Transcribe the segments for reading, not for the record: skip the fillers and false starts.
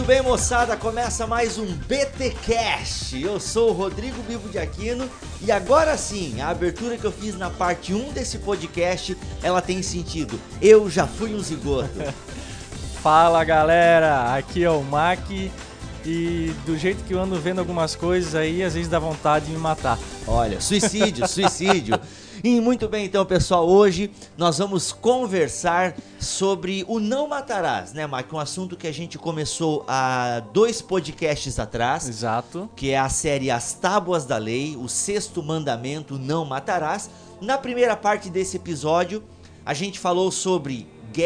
bem, moçada? Começa mais um BTcast. Eu sou o Rodrigo Bibo de Aquino e agora sim, a abertura que eu fiz na parte 1 desse podcast, ela tem sentido. Eu já fui um zigoto. Fala, galera, aqui é o Mac e do jeito que eu ando vendo algumas coisas aí, às vezes dá vontade de me matar. Olha, suicídio. E muito bem, então, pessoal, hoje nós vamos conversar sobre o não matarás, né, Mac? Um assunto que a gente começou há 2 podcasts atrás. Exato. Que é a série As Tábuas da Lei, o 6º mandamento, não matarás. Na primeira parte desse episódio, a gente falou sobre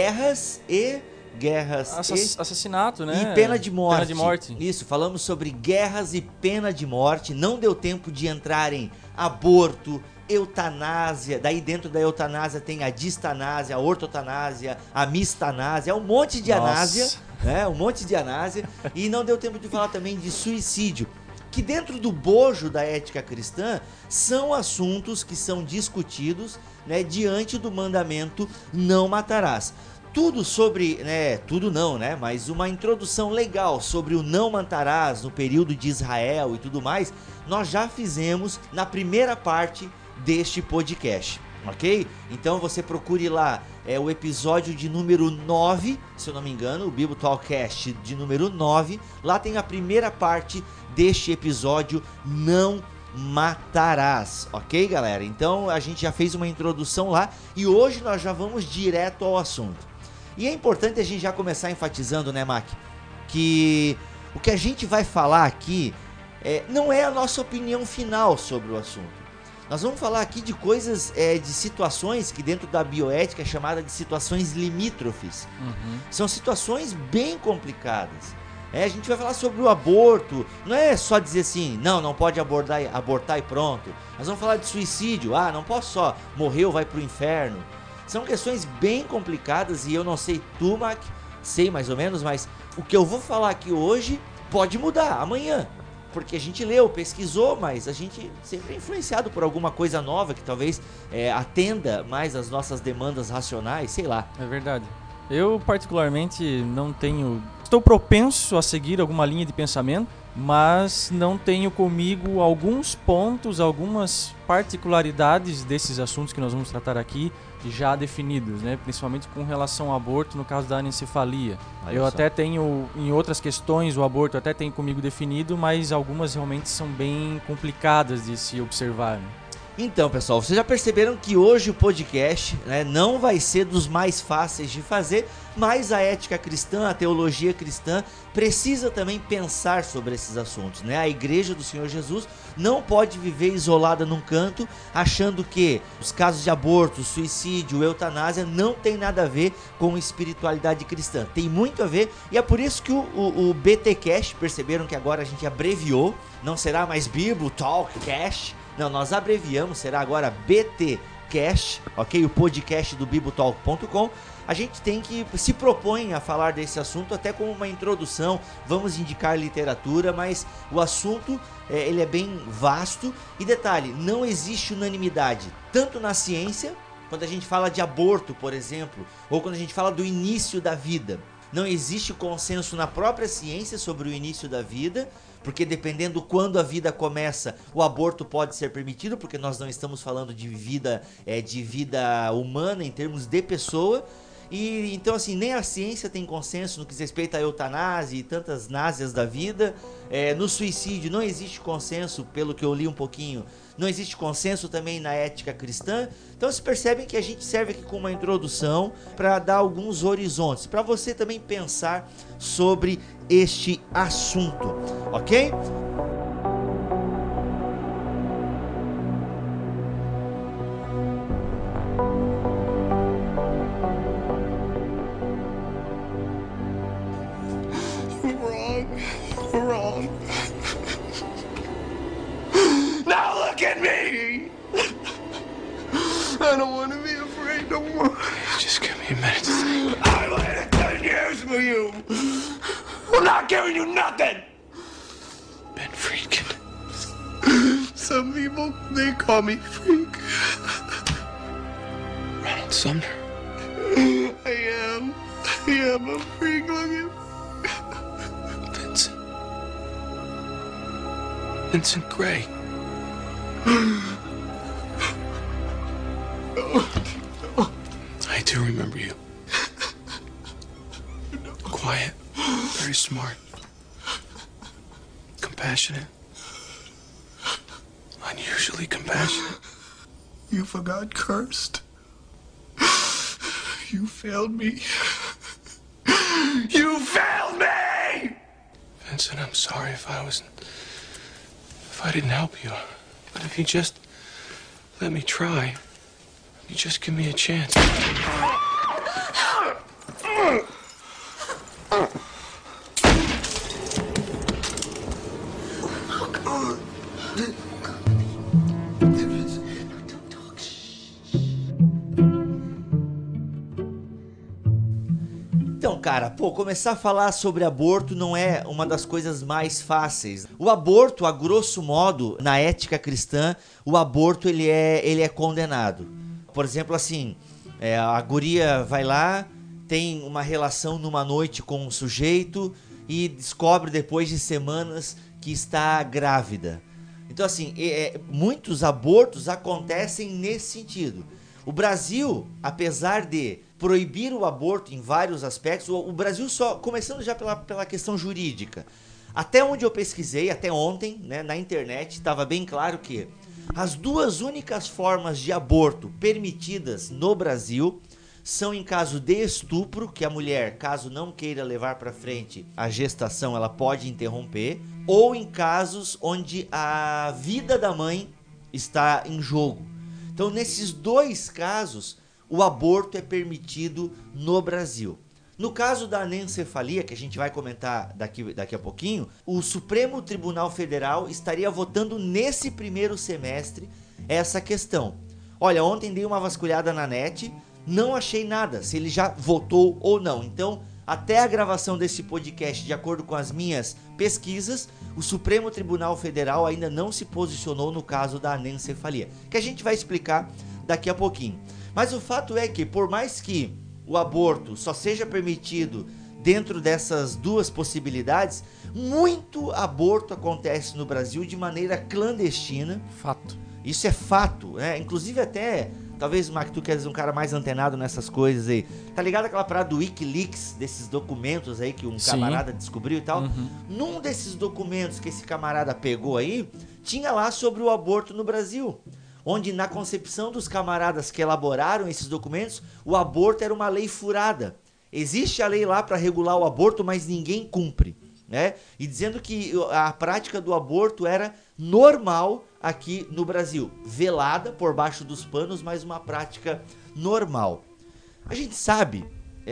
assassinato, né? E pena de morte. Pena de morte. Isso, falamos sobre guerras e pena de morte. Não deu tempo de entrar em aborto, eutanásia. Daí dentro da eutanásia tem a distanásia, a ortotanásia, a mistanásia, um monte de anásia, né? Um monte de anásia. E não deu tempo de falar também de suicídio, que dentro do bojo da ética cristã são assuntos que são discutidos, né, diante do mandamento não matarás. Tudo sobre, tudo não, né, mas uma introdução legal sobre o não matarás no período de Israel e tudo mais, nós já fizemos na primeira parte deste podcast, ok? Então você procure lá o episódio de número 9, se eu não me engano, o Bible Talkcast de número 9, lá tem a primeira parte deste episódio, não matarás, ok, galera? Então a gente já fez uma introdução lá e hoje nós já vamos direto ao assunto. E é importante a gente já começar enfatizando, né, Mac, que o que a gente vai falar aqui não é a nossa opinião final sobre o assunto. Nós vamos falar aqui de coisas, de situações que dentro da bioética é chamada de situações limítrofes. São situações bem complicadas. A gente vai falar sobre o aborto, não é só dizer assim, não pode abortar e pronto. Nós vamos falar de suicídio, não posso só, morreu, vai pro inferno. São questões bem complicadas e eu não sei tu, Mac, sei mais ou menos, mas o que eu vou falar aqui hoje pode mudar amanhã. Porque a gente leu, pesquisou, mas a gente sempre é influenciado por alguma coisa nova que talvez atenda mais às nossas demandas racionais, sei lá. É verdade. Eu particularmente estou propenso a seguir alguma linha de pensamento, mas não tenho comigo alguns pontos, algumas particularidades desses assuntos que nós vamos tratar aqui já definidos, né? Principalmente com relação ao aborto, no caso da anencefalia. Eu até tenho, em outras questões, o aborto até tenho comigo definido, mas algumas realmente são bem complicadas de se observar, né? Então, pessoal, vocês já perceberam que hoje o podcast, não vai ser dos mais fáceis de fazer, mas a ética cristã, a teologia cristã precisa também pensar sobre esses assuntos, né? A igreja do Senhor Jesus não pode viver isolada num canto, achando que os casos de aborto, suicídio, eutanásia não tem nada a ver com espiritualidade cristã. Tem muito a ver e é por isso que o BTcast, perceberam que agora a gente abreviou, não será mais Bible Talkcast. Não, nós abreviamos, será agora BTcast, ok? O podcast do bibotalk.com. A gente se propõe a falar desse assunto até como uma introdução, vamos indicar literatura, mas o assunto ele é bem vasto. E detalhe, não existe unanimidade, tanto na ciência, quando a gente fala de aborto, por exemplo, ou quando a gente fala do início da vida. Não existe consenso na própria ciência sobre o início da vida, porque dependendo quando a vida começa, o aborto pode ser permitido, porque nós não estamos falando de vida humana em termos de pessoa. E então assim, nem a ciência tem consenso no que diz respeito à eutanásia e tantas násias da vida. No suicídio não existe consenso, pelo que eu li um pouquinho, não existe consenso também na ética cristã. Então vocês percebem que a gente serve aqui com uma introdução para dar alguns horizontes, para você também pensar sobre este assunto, ok? Wrong. Now look at me! I don't want to be afraid no more. Just give me a minute to think. I waited 10 years for you! I'm not giving you nothing! Ben Friedkin. Some people, they call me Freak. Ronald Sumner. I am a freak. Look at Vincent Gray. I do remember you. Quiet, very smart, compassionate, unusually compassionate. You forgot Cursed. You failed me. You failed me! Vincent, I'm sorry if I didn't help you. But if you just let me try, you just give me a chance. Então, cara, começar a falar sobre aborto não é uma das coisas mais fáceis. O aborto, a grosso modo, na ética cristã, o aborto ele é condenado. Por exemplo, assim, a guria vai lá, tem uma relação numa noite com um sujeito e descobre depois de semanas que está grávida. Então, assim, muitos abortos acontecem nesse sentido. O Brasil, apesar de proibir o aborto em vários aspectos, o Brasil só, começando já pela questão jurídica, até onde eu pesquisei, até ontem, né, na internet, estava bem claro que as duas únicas formas de aborto permitidas no Brasil são em caso de estupro, que a mulher, caso não queira levar para frente a gestação, ela pode interromper, ou em casos onde a vida da mãe está em jogo. Então, nesses dois casos, o aborto é permitido no Brasil. No caso da anencefalia, que a gente vai comentar daqui a pouquinho, o Supremo Tribunal Federal estaria votando nesse primeiro semestre essa questão. Olha, ontem dei uma vasculhada na net, não achei nada, se ele já votou ou não. Então, até a gravação desse podcast, de acordo com as minhas pesquisas, o Supremo Tribunal Federal ainda não se posicionou no caso da anencefalia, que a gente vai explicar daqui a pouquinho. Mas o fato é que, por mais que o aborto só seja permitido dentro dessas duas possibilidades, muito aborto acontece no Brasil de maneira clandestina. Fato. Isso é fato, né? Inclusive até, talvez, Mac, tu que és um cara mais antenado nessas coisas aí, tá ligado aquela parada do Wikileaks, desses documentos aí que um camarada descobriu e tal? Uhum. Num desses documentos que esse camarada pegou aí, tinha lá sobre o aborto no Brasil, onde na concepção dos camaradas que elaboraram esses documentos, o aborto era uma lei furada. Existe a lei lá para regular o aborto, mas ninguém cumpre, né? E dizendo que a prática do aborto era normal aqui no Brasil, velada por baixo dos panos, mas uma prática normal. A gente sabe,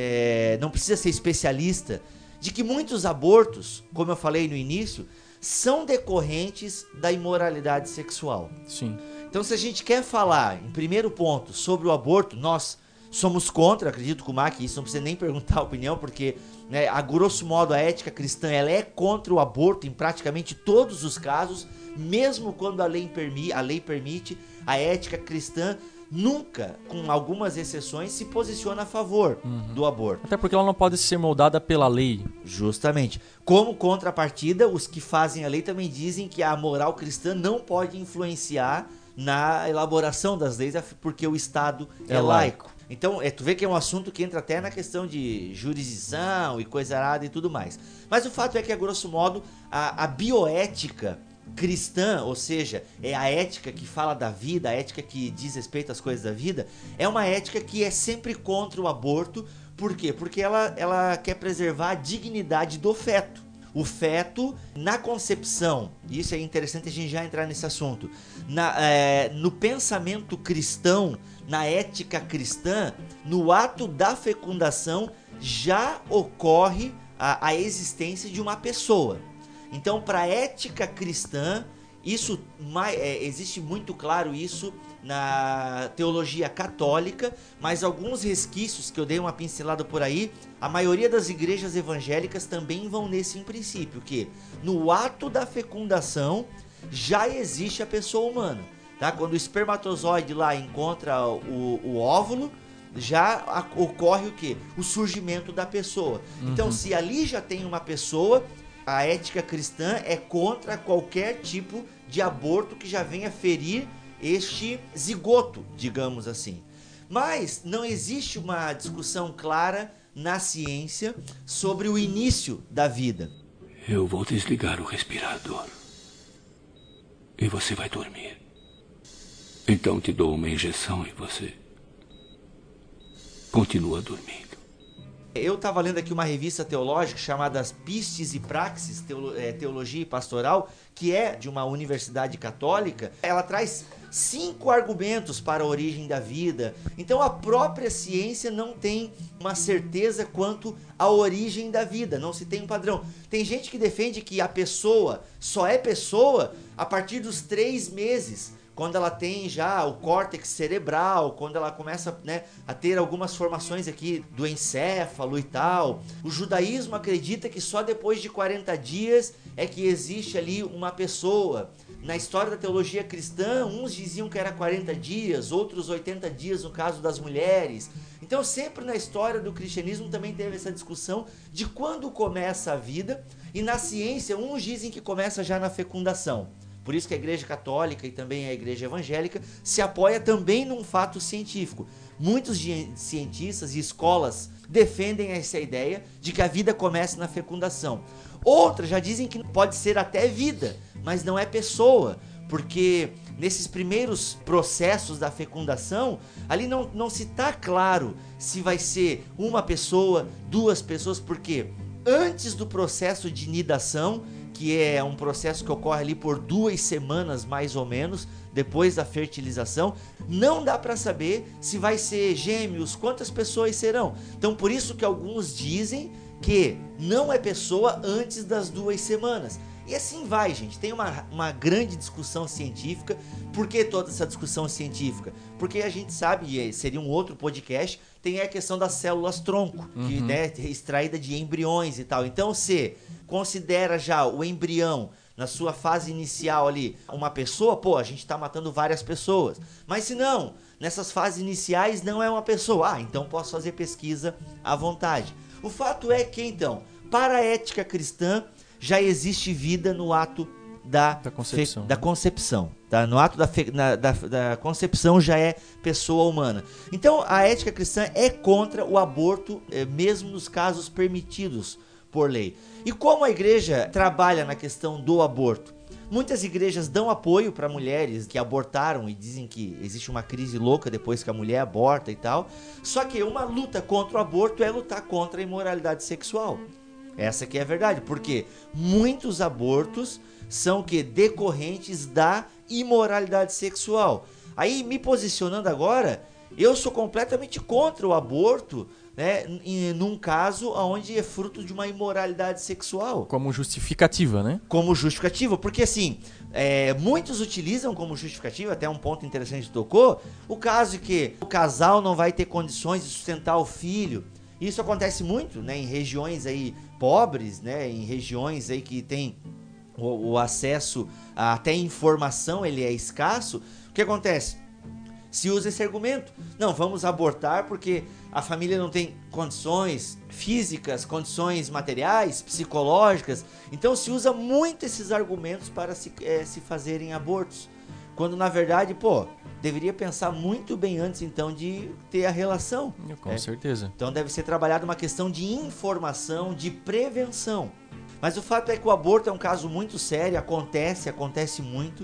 não precisa ser especialista, de que muitos abortos, como eu falei no início, são decorrentes da imoralidade sexual. Sim. Então, se a gente quer falar, em primeiro ponto, sobre o aborto, nós somos contra, acredito que o Mac, isso não precisa nem perguntar a opinião, porque, né, a grosso modo, a ética cristã ela é contra o aborto em praticamente todos os casos, mesmo quando a lei permite, a ética cristã nunca, com algumas exceções, se posiciona a favor do aborto. Até porque ela não pode ser moldada pela lei. Justamente. Como contrapartida, os que fazem a lei também dizem que a moral cristã não pode influenciar na elaboração das leis, porque o Estado é laico. Então, tu vê que é um assunto que entra até na questão de jurisdição e coisa arada e tudo mais. Mas o fato é que, a grosso modo, a bioética cristã, ou seja, é a ética que fala da vida, a ética que diz respeito às coisas da vida, é uma ética que é sempre contra o aborto. Por quê? Porque ela quer preservar a dignidade do feto. O feto, na concepção, e isso é interessante a gente já entrar nesse assunto, no pensamento cristão, na ética cristã, no ato da fecundação, já ocorre a existência de uma pessoa. Então, para a ética cristã, isso existe muito claro isso na teologia católica, mas alguns resquícios que eu dei uma pincelada por aí, a maioria das igrejas evangélicas também vão nesse princípio, que no ato da fecundação já existe a pessoa humana, tá? Quando o espermatozoide lá encontra o óvulo, já ocorre o quê? O surgimento da pessoa. Então, se ali já tem uma pessoa, A ética cristã é contra qualquer tipo de aborto que já venha ferir este zigoto, digamos assim. Mas não existe uma discussão clara na ciência sobre o início da vida. Eu vou desligar o respirador. E você vai dormir. Então te dou uma injeção e você continua dormindo. Eu estava lendo aqui uma revista teológica chamada Pistes e Praxis, Teologia e Pastoral, que é de uma universidade católica. Ela traz 5 argumentos para a origem da vida. Então a própria ciência não tem uma certeza quanto à origem da vida, não se tem um padrão. Tem gente que defende que a pessoa só é pessoa a partir dos 3 meses, quando ela tem já o córtex cerebral, quando ela começa, né, a ter algumas formações aqui do encéfalo e tal. O judaísmo acredita que só depois de 40 dias é que existe ali uma pessoa. Na história da teologia cristã, uns diziam que era 40 dias, outros 80 dias no caso das mulheres. Então sempre na história do cristianismo também teve essa discussão de quando começa a vida, e na ciência uns dizem que começa já na fecundação. Por isso que a Igreja Católica e também a Igreja Evangélica se apoia também num fato científico. Muitos cientistas e escolas defendem essa ideia de que a vida começa na fecundação. Outras já dizem que pode ser até vida, mas não é pessoa, porque nesses primeiros processos da fecundação, ali não se está claro se vai ser uma pessoa, 2 pessoas, porque antes do processo de nidação, que é um processo que ocorre ali por 2 semanas mais ou menos, depois da fertilização, não dá para saber se vai ser gêmeos, quantas pessoas serão. Então por isso que alguns dizem que não é pessoa antes das 2 semanas. E assim vai, gente. Tem uma grande discussão científica. Por que toda essa discussão científica? Porque a gente sabe, e seria um outro podcast, tem a questão das células tronco, que, né, é extraída de embriões e tal. Então se considera já o embrião na sua fase inicial ali uma pessoa, pô, a gente está matando várias pessoas. Mas se não, nessas fases iniciais não é uma pessoa, então posso fazer pesquisa à vontade. O fato é que, então, para a ética cristã, já existe vida no ato da concepção. Tá? No ato da concepção já é pessoa humana. Então, a ética cristã é contra o aborto, mesmo nos casos permitidos por lei. E como a igreja trabalha na questão do aborto? Muitas igrejas dão apoio para mulheres que abortaram e dizem que existe uma crise louca depois que a mulher aborta e tal. Só que uma luta contra o aborto é lutar contra a imoralidade sexual. Essa que é a verdade, porque muitos abortos são decorrentes da imoralidade sexual. Aí, me posicionando agora, eu sou completamente contra o aborto, né, num caso onde é fruto de uma imoralidade sexual. Como justificativa, né? Como justificativa, porque assim, muitos utilizam como justificativa, até um ponto interessante que tocou, o caso de que o casal não vai ter condições de sustentar o filho. Isso acontece muito, né, em regiões aí pobres, né, em regiões aí que tem o acesso a até informação, ele é escasso. O que acontece? Se usa esse argumento. Não, vamos abortar porque a família não tem condições físicas, condições materiais, psicológicas. Então se usa muito esses argumentos para se fazerem abortos. Quando na verdade, deveria pensar muito bem antes então de ter a relação. Com certeza. Então deve ser trabalhada uma questão de informação, de prevenção. Mas o fato é que o aborto é um caso muito sério, acontece muito,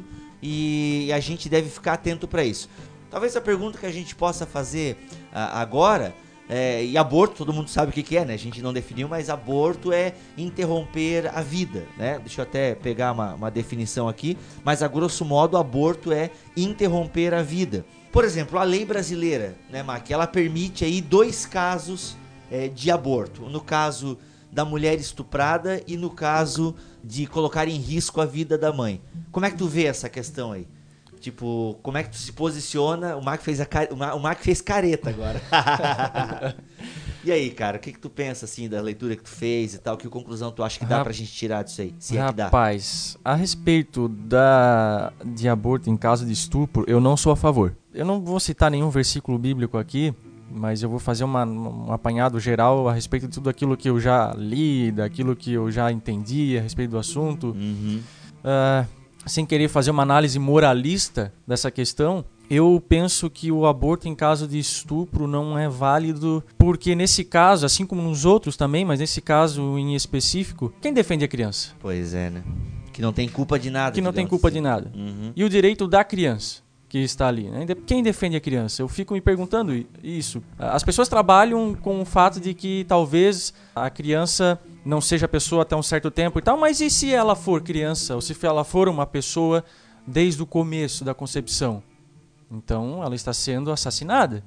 e a gente deve ficar atento para isso. Talvez a pergunta que a gente possa fazer agora, e aborto, todo mundo sabe o que é, né? A gente não definiu, mas aborto é interromper a vida, né? Deixa eu até pegar uma definição aqui, mas a grosso modo, aborto é interromper a vida. Por exemplo, a lei brasileira, né, Mac, ela permite aí 2 casos de aborto. No caso da mulher estuprada e no caso de colocar em risco a vida da mãe. Como é que tu vê essa questão aí? Tipo, como é que tu se posiciona? O Mark fez careta agora. E aí, cara, o que tu pensa, assim, da leitura que tu fez e tal? Que conclusão tu acha que dá pra gente tirar disso aí? Se é que dá. Rapaz, a respeito de aborto em caso de estupro, eu não sou a favor. Eu não vou citar nenhum versículo bíblico aqui, mas eu vou fazer um apanhado geral a respeito de tudo aquilo que eu já li, daquilo que eu já entendi a respeito do assunto. Sem querer fazer uma análise moralista dessa questão, eu penso que o aborto em caso de estupro não é válido, porque nesse caso, assim como nos outros também, mas nesse caso em específico, quem defende a criança? Pois é, né? Que não tem culpa de nada. Que não tem culpa de nada. E o direito da criança que está ali, né? Quem defende a criança? Eu fico me perguntando isso. As pessoas trabalham com o fato de que talvez a criança não seja pessoa até um certo tempo e tal, mas e se ela for criança, ou se ela for uma pessoa desde o começo da concepção? Então ela está sendo assassinada.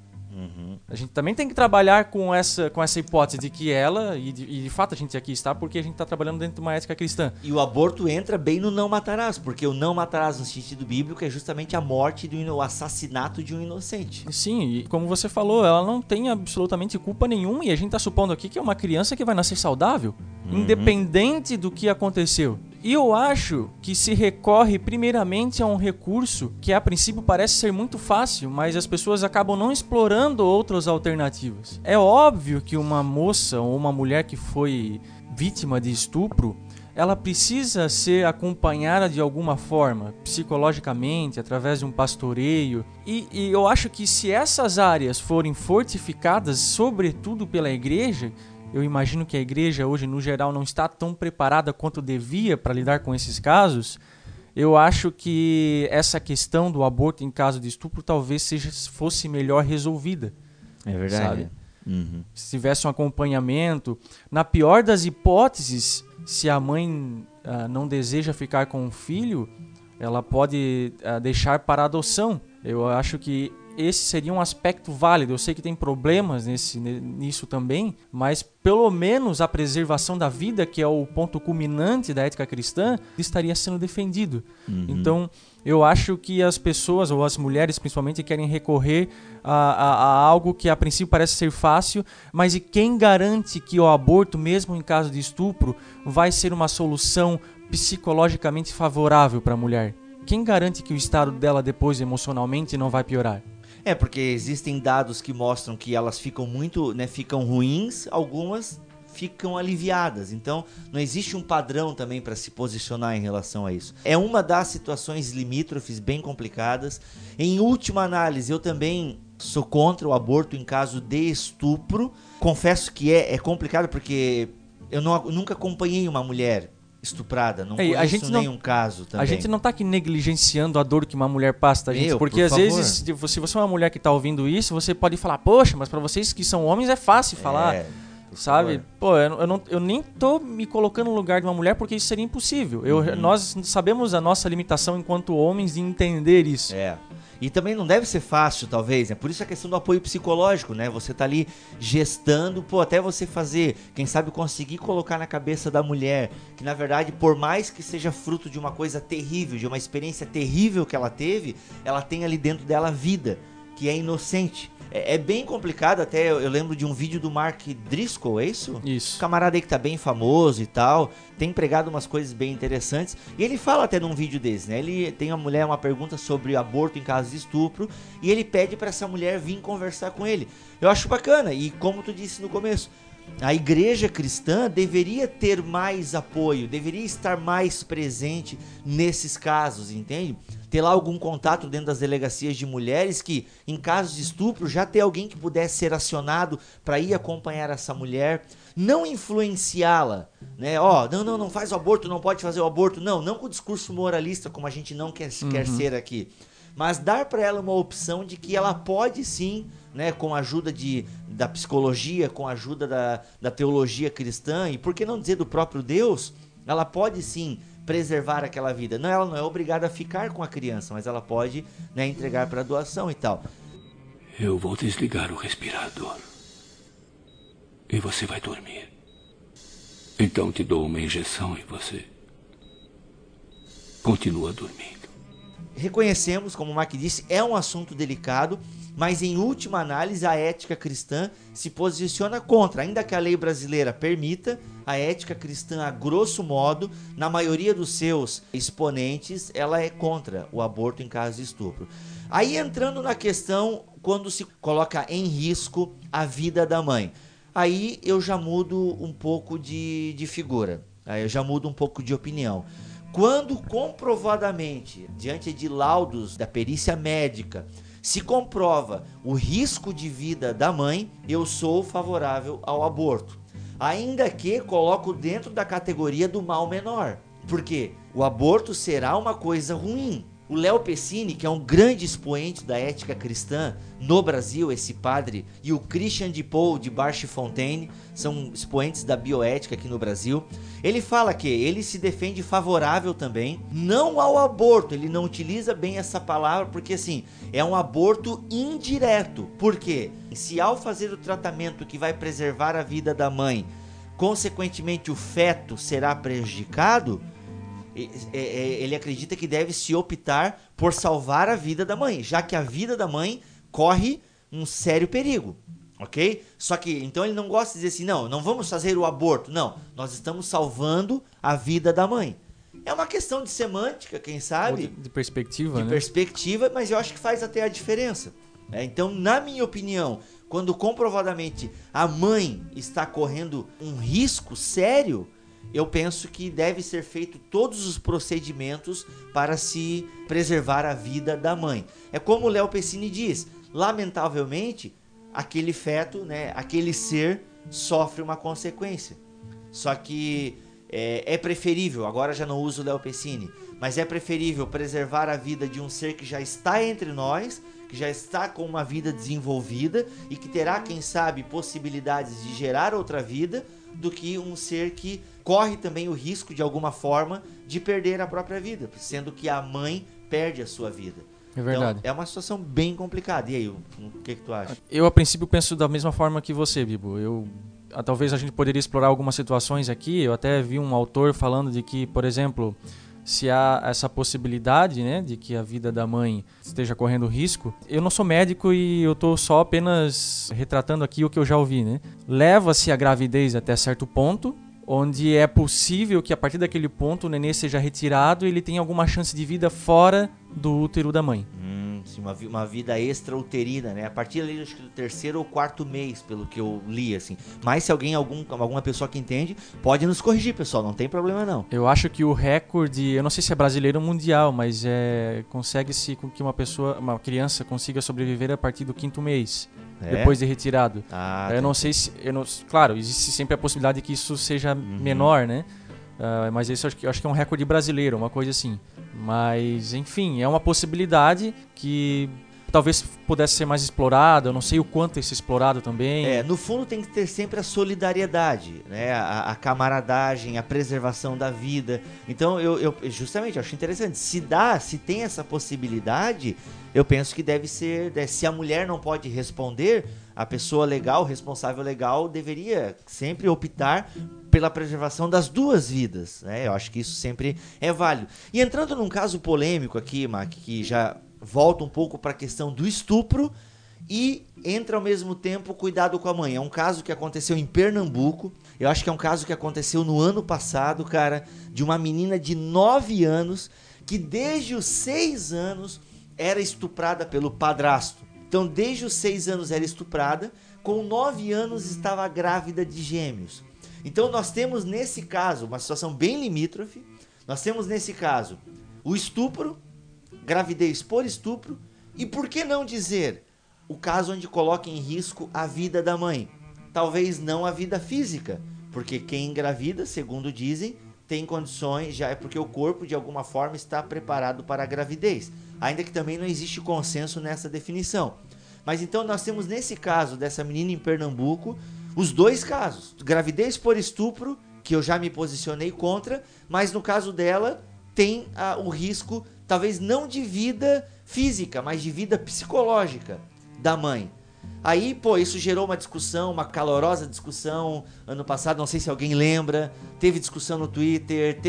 A gente também tem que trabalhar com essa hipótese de que ela, e de fato a gente aqui está porque a gente está trabalhando dentro de uma ética cristã. E o aborto entra bem no não matarás, porque o não matarás no sentido bíblico é justamente a morte, o assassinato de um inocente. Sim, e como você falou, ela não tem absolutamente culpa nenhuma, e a gente está supondo aqui que é uma criança que vai nascer saudável, independente do que aconteceu. E eu acho que se recorre primeiramente a um recurso que a princípio parece ser muito fácil, mas as pessoas acabam não explorando outras alternativas. É óbvio que uma moça ou uma mulher que foi vítima de estupro, ela precisa ser acompanhada de alguma forma, psicologicamente, através de um pastoreio. E eu acho que se essas áreas forem fortificadas, sobretudo pela igreja, eu imagino que a igreja hoje, no geral, não está tão preparada quanto devia para lidar com esses casos. Eu acho que essa questão do aborto em caso de estupro talvez fosse melhor resolvida. É verdade. Sabe? Se tivesse um acompanhamento. Na pior das hipóteses, se a mãe não deseja ficar com o filho, ela pode deixar para adoção. Eu acho que esse seria um aspecto válido. Eu sei que tem problemas nisso também, mas pelo menos a preservação da vida, que é o ponto culminante da ética cristã, estaria sendo defendido. Então, eu acho que as pessoas, ou as mulheres principalmente, querem recorrer a algo que a princípio parece ser fácil, mas e quem garante que o aborto, mesmo em caso de estupro, vai ser uma solução psicologicamente favorável para a mulher? Quem garante que o estado dela depois emocionalmente não vai piorar? É, porque existem dados que mostram que elas ficam muito, ficam ruins, algumas ficam aliviadas. Então, não existe um padrão também para se posicionar em relação a isso. É uma das situações limítrofes bem complicadas. Em última análise, eu também sou contra o aborto em caso de estupro. Confesso que é complicado porque eu nunca acompanhei uma mulher estuprada, não conheço nenhum caso também. A gente não tá aqui negligenciando a dor que uma mulher passa, tá, gente? Porque às vezes, se você é uma mulher que tá ouvindo isso, você pode falar, poxa, mas pra vocês que são homens é fácil falar, sabe? Pô, eu nem tô me colocando no lugar de uma mulher porque isso seria impossível. Nós sabemos a nossa limitação enquanto homens de entender isso. E também não deve ser fácil, talvez, né? Por isso a questão do apoio psicológico, né? Você tá ali gestando, até você fazer, quem sabe conseguir colocar na cabeça da mulher que, na verdade, por mais que seja fruto de uma coisa terrível, de uma experiência terrível que ela teve, ela tem ali dentro dela vida, que é inocente. É bem complicado, até eu lembro de um vídeo do Mark Driscoll, é isso? Isso. Um camarada aí que tá bem famoso e tal, tem pregado umas coisas bem interessantes, e ele fala até num vídeo desse, né? Ele tem uma pergunta sobre aborto em caso de estupro, e ele pede pra essa mulher vir conversar com ele. Eu acho bacana, e como tu disse no começo, a igreja cristã deveria ter mais apoio, deveria estar mais presente nesses casos, entende? Ter lá algum contato dentro das delegacias de mulheres que, em casos de estupro, já ter alguém que pudesse ser acionado para ir acompanhar essa mulher, não influenciá-la, né? Não faz o aborto, não pode fazer o aborto, não com o discurso moralista, como a gente não quer ser aqui, mas dar para ela uma opção de que ela pode sim, né, com a ajuda da psicologia, com a ajuda da teologia cristã, e por que não dizer do próprio Deus, ela pode sim preservar aquela vida. Ela não é obrigada a ficar com a criança, mas ela pode, né, entregar para doação e tal. Eu vou desligar o respirador e você vai dormir. Então te dou uma injeção e você continua dormindo. Reconhecemos, como o Mark disse, é um assunto delicado, mas em última análise a ética cristã se posiciona contra, ainda que a lei brasileira permita, a ética cristã, a grosso modo, na maioria dos seus exponentes, ela é contra o aborto em caso de estupro. Aí entrando na questão, quando se coloca em risco a vida da mãe. Aí eu já mudo um pouco de figura, aí eu já mudo um pouco de opinião. Quando comprovadamente, diante de laudos da perícia médica, se comprova o risco de vida da mãe, eu sou favorável ao aborto. Ainda que coloco dentro da categoria do mal menor. Porque o aborto será uma coisa ruim. O Léo Pessini, que é um grande expoente da ética cristã no Brasil, esse padre, e o Christian de Paul de Barche-Fontaine, são expoentes da bioética aqui no Brasil. Ele fala que ele se defende favorável também, não ao aborto, ele não utiliza bem essa palavra, porque assim, é um aborto indireto. Por quê? Se ao fazer o tratamento que vai preservar a vida da mãe, consequentemente o feto será prejudicado, ele acredita que deve se optar por salvar a vida da mãe, já que a vida da mãe corre um sério perigo, ok? Só que, então ele não gosta de dizer assim, não vamos fazer o aborto, não, nós estamos salvando a vida da mãe. É uma questão de semântica, quem sabe? Ou de perspectiva, de perspectiva, mas eu acho que faz até a diferença. Então, na minha opinião, quando comprovadamente a mãe está correndo um risco sério, eu penso que deve ser feito todos os procedimentos para se preservar a vida da mãe. É como o Léo Pessini diz, lamentavelmente, aquele feto, né, aquele ser sofre uma consequência. Só que é preferível, agora já não uso o Léo Pessini, mas é preferível preservar a vida de um ser que já está entre nós, que já está com uma vida desenvolvida e que terá, quem sabe, possibilidades de gerar outra vida, do que um ser que corre também o risco, de alguma forma, de perder a própria vida, sendo que a mãe perde a sua vida. É verdade. Então, é uma situação bem complicada. E aí, o que tu acha? Eu, a princípio, penso da mesma forma que você, Bibo. Talvez a gente poderia explorar algumas situações aqui. Eu até vi um autor falando de que, por exemplo, se há essa possibilidade, né, de que a vida da mãe esteja correndo risco. Eu não sou médico e eu estou só apenas retratando aqui o que eu já ouvi, né? Leva-se a gravidez até certo ponto, onde é possível que a partir daquele ponto o nenê seja retirado e ele tenha alguma chance de vida fora do útero da mãe. Sim, uma vida extrauterina, né? A partir ali, acho que do 3º ou 4º mês, pelo que eu li, assim. Mas se alguma pessoa que entende, pode nos corrigir, pessoal, não tem problema não. Eu acho que o recorde, eu não sei se é brasileiro ou mundial, mas consegue-se com que uma criança consiga sobreviver a partir do 5º mês. Depois de retirado. Eu não sei se... claro, existe sempre a possibilidade de que isso seja menor, né? Mas isso eu acho que é um recorde brasileiro, uma coisa assim. Mas, enfim, é uma possibilidade que talvez pudesse ser mais explorada. Eu não sei o quanto é explorado também. No fundo tem que ter sempre a solidariedade, né? A camaradagem, a preservação da vida. Então, eu justamente acho interessante. Se tem essa possibilidade, eu penso que deve ser... Se a mulher não pode responder, a pessoa legal, o responsável legal, deveria sempre optar pela preservação das duas vidas, né? Eu acho que isso sempre é válido. E entrando num caso polêmico aqui, Mac, que já volta um pouco para a questão do estupro e entra ao mesmo tempo o cuidado com a mãe. É um caso que aconteceu em Pernambuco. Eu acho que é um caso que aconteceu no ano passado, cara, de uma menina de 9 anos que desde os 6 anos era estuprada pelo padrasto. Então, desde os 6 anos era estuprada, com 9 anos estava grávida de gêmeos. Então, nós temos nesse caso uma situação bem limítrofe. Nós temos nesse caso o estupro, gravidez por estupro, e por que não dizer o caso onde coloca em risco a vida da mãe? Talvez não a vida física, porque quem engravida, segundo dizem, tem condições, já é porque o corpo de alguma forma está preparado para a gravidez, ainda que também não existe consenso nessa definição. Mas então nós temos nesse caso dessa menina em Pernambuco, os dois casos, gravidez por estupro, que eu já me posicionei contra, mas no caso dela tem o risco, talvez não de vida física, mas de vida psicológica da mãe. Aí, isso gerou uma discussão, uma calorosa discussão ano passado, não sei se alguém lembra, teve discussão no Twitter,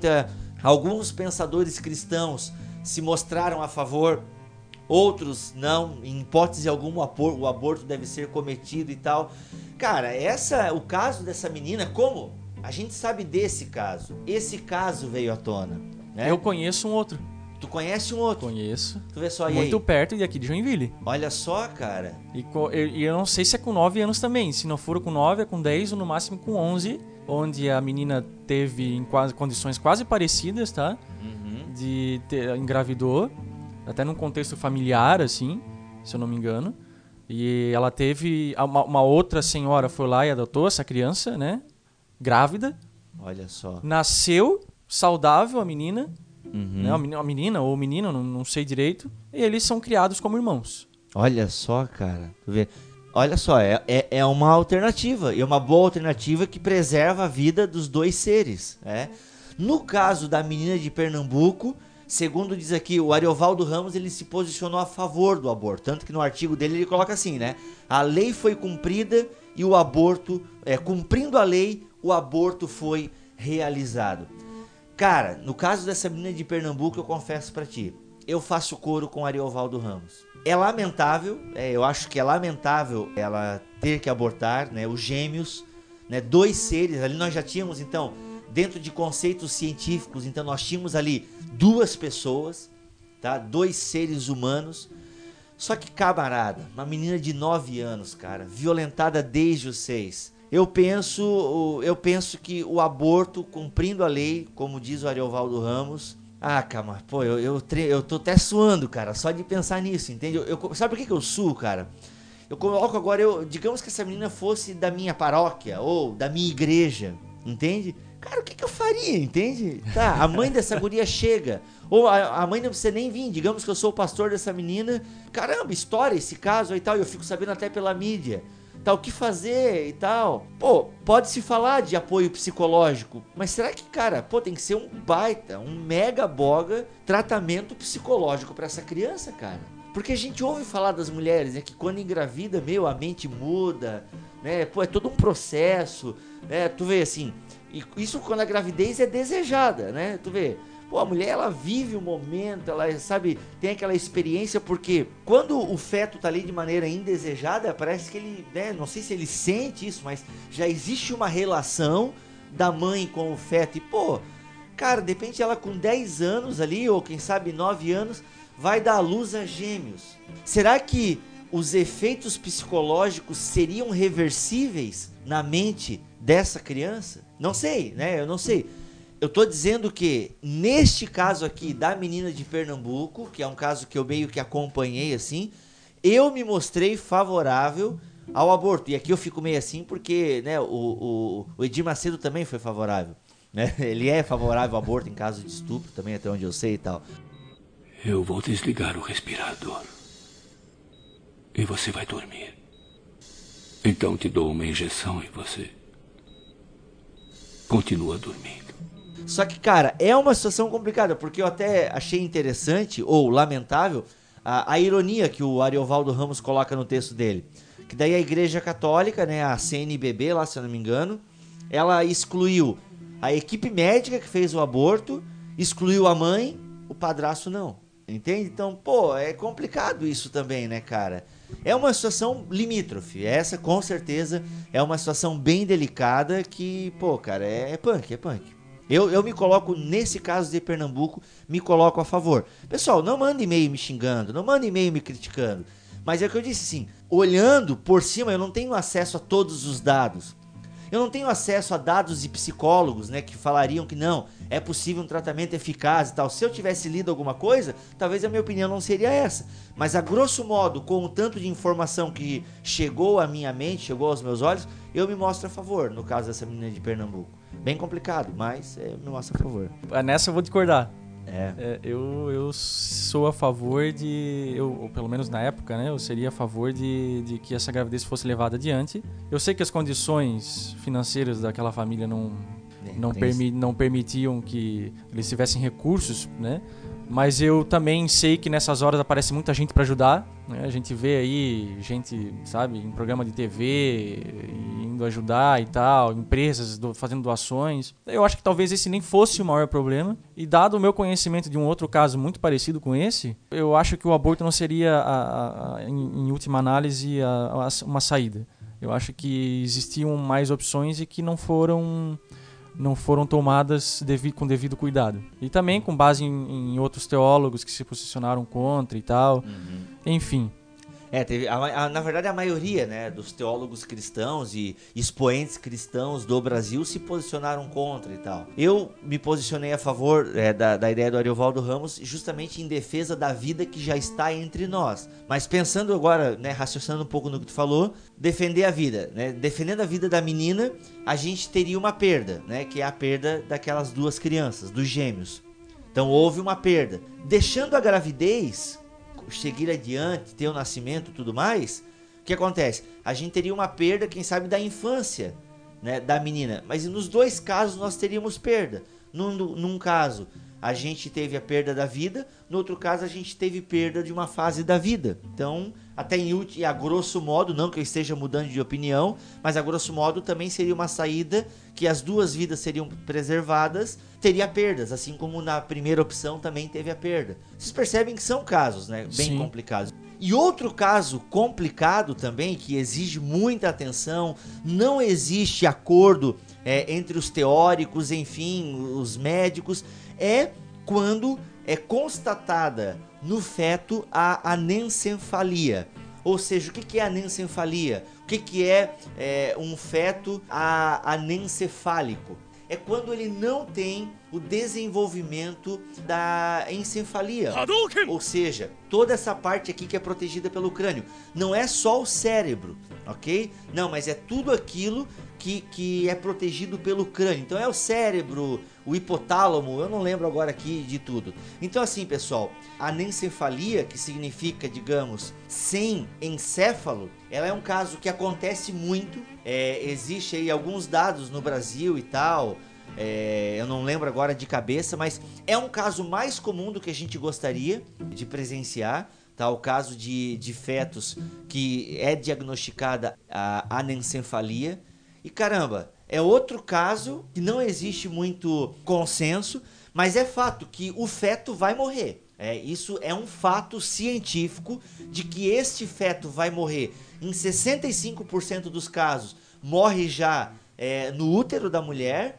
alguns pensadores cristãos se mostraram a favor, outros não, em hipótese alguma o aborto deve ser cometido e tal. Cara, o caso dessa menina, como a gente sabe desse caso? Esse caso veio à tona, né? Eu conheço um outro. Tu conhece um outro? Conheço. Tu vê só aí. Muito perto de aqui de Joinville. Olha só, cara. E eu não sei se é com 9 anos também. Se não for com 9, é com 10 ou no máximo com 11. Onde a menina teve em condições quase parecidas, tá? Engravidou. Até num contexto familiar, assim, se eu não me engano. E ela teve... Uma outra senhora foi lá e adotou essa criança, né? Grávida. Olha só. Nasceu saudável a menina. Né? A menina ou o menino, não sei direito. E eles são criados como irmãos. Olha só, cara. Tu vê. Olha só, é uma alternativa. E é uma boa alternativa que preserva a vida dos dois seres. No caso da menina de Pernambuco, segundo diz aqui, o Ariovaldo Ramos, ele se posicionou a favor do aborto. Tanto que no artigo dele ele coloca assim, né? A lei foi cumprida e o aborto... cumprindo a lei, o aborto foi realizado. Cara, no caso dessa menina de Pernambuco, eu confesso pra ti, eu faço coro com o Ariovaldo Ramos. É lamentável, eu acho que é lamentável ela ter que abortar, né, os gêmeos, né, 2 seres, ali nós já tínhamos então, dentro de conceitos científicos, então nós tínhamos ali 2 pessoas, tá, 2 seres humanos, só que camarada, uma menina de 9 anos, cara, violentada desde os 6, eu penso que o aborto, cumprindo a lei, como diz o Ariovaldo Ramos... cara, pô, eu tô até suando, cara, só de pensar nisso, entende? Sabe por que eu suo, cara? Eu coloco agora, digamos que essa menina fosse da minha paróquia, ou da minha igreja, entende? Cara, o que eu faria, entende? Tá, a mãe dessa guria chega, ou a mãe não precisa nem vir, digamos que eu sou o pastor dessa menina, caramba, estoura esse caso aí e tal, eu fico sabendo até pela mídia. Tá, o que fazer e tal. Pô, pode-se falar de apoio psicológico, mas será que, cara, tem que ser um baita, um mega boga tratamento psicológico pra essa criança, cara? Porque a gente ouve falar das mulheres, né, que quando engravida, a mente muda, né, é todo um processo, né, tu vê assim, isso quando a gravidez é desejada, né, tu vê... a mulher, ela vive o momento, ela, sabe, tem aquela experiência, porque quando o feto tá ali de maneira indesejada, parece que ele, né, não sei se ele sente isso, mas já existe uma relação da mãe com o feto. E, cara, de repente ela com 10 anos ali, ou quem sabe 9 anos, vai dar à luz a gêmeos. Será que os efeitos psicológicos seriam reversíveis na mente dessa criança? Não sei, né, eu não sei. Eu tô dizendo que, neste caso aqui da menina de Pernambuco, que é um caso que eu meio que acompanhei assim, eu me mostrei favorável ao aborto. E aqui eu fico meio assim porque, né, o Edir Macedo também foi favorável, né? Ele é favorável ao aborto em caso de estupro também, até onde eu sei e tal. Eu vou desligar o respirador. E você vai dormir. Então te dou uma injeção e você continua dormindo. Só que, cara, é uma situação complicada, porque eu até achei interessante, ou lamentável, a ironia que o Ariovaldo Ramos coloca no texto dele. Que daí a Igreja Católica, né, a CNBB lá, se eu não me engano, ela excluiu a equipe médica que fez o aborto, excluiu a mãe, o padrasto não. Entende? Então, é complicado isso também, né, cara? É uma situação limítrofe. Essa, com certeza, é uma situação bem delicada que, cara, é punk. Eu me coloco, nesse caso de Pernambuco, me coloco a favor. Pessoal, não manda e-mail me xingando, não manda e-mail me criticando. Mas é o que eu disse assim, olhando por cima, eu não tenho acesso a todos os dados. Eu não tenho acesso a dados de psicólogos, né, que falariam que não, é possível um tratamento eficaz e tal. Se eu tivesse lido alguma coisa, talvez a minha opinião não seria essa. Mas a grosso modo, com o tanto de informação que chegou à minha mente, chegou aos meus olhos, eu me mostro a favor, no caso dessa menina de Pernambuco. Bem complicado, mas eu me mostro a favor. Nessa eu vou discordar. Eu sou a favor de... ou pelo menos na época, né? Eu seria a favor de que essa gravidez fosse levada adiante. Eu sei que as condições financeiras daquela família não permitiam que eles tivessem recursos, né? Mas eu também sei que nessas horas aparece muita gente para ajudar, né? A gente vê aí gente, sabe, em programa de TV, indo ajudar e tal, empresas fazendo doações. Eu acho que talvez esse nem fosse o maior problema. E dado o meu conhecimento de um outro caso muito parecido com esse, eu acho que o aborto não seria, em última análise, uma saída. Eu acho que existiam mais opções e que não foram não foram tomadas com devido cuidado. E também com base em outros teólogos que se posicionaram contra e tal. Enfim. Na verdade a maioria, né, dos teólogos cristãos e expoentes cristãos do Brasil se posicionaram contra e tal. Eu me posicionei a favor da ideia do Ariovaldo Ramos justamente em defesa da vida que já está entre nós. Mas pensando agora, né, raciocinando um pouco no que tu falou, defender a vida, né, defendendo a vida da menina, a gente teria uma perda, né, que é a perda daquelas duas crianças, dos gêmeos. Então houve uma perda. Deixando a gravidez seguir adiante, ter o nascimento e tudo mais, o que acontece? A gente teria uma perda, quem sabe, da infância, né, da menina. Mas nos dois casos nós teríamos perda. Num caso, a gente teve a perda da vida, no outro caso, a gente teve perda de uma fase da vida. Então, até a grosso modo, não que eu esteja mudando de opinião, mas a grosso modo também seria uma saída que as duas vidas seriam preservadas, teria perdas, assim como na primeira opção também teve a perda. Vocês percebem que são casos, né, bem Sim. complicados. E outro caso complicado também, que exige muita atenção, não existe acordo entre os teóricos, enfim, os médicos, é quando é constatada no feto a anencefalia. Ou seja, o que é anencefalia? O que é um feto anencefálico? É quando ele não tem o desenvolvimento da encefalia. Ou seja, toda essa parte aqui que é protegida pelo crânio. Não é só o cérebro, ok? Não, mas é tudo aquilo que é protegido pelo crânio. Então é o cérebro, o hipotálamo, eu não lembro agora aqui de tudo. Então assim, pessoal, a anencefalia, que significa, digamos, sem encéfalo, ela é um caso que acontece muito. Existe aí alguns dados no Brasil e tal, eu não lembro agora de cabeça, mas é um caso mais comum do que a gente gostaria de presenciar. Tá, o caso de fetos que é diagnosticada a anencefalia. E caramba, é outro caso que não existe muito consenso, mas é fato que o feto vai morrer. Isso é um fato científico de que este feto vai morrer. Em 65% dos casos, morre já no útero da mulher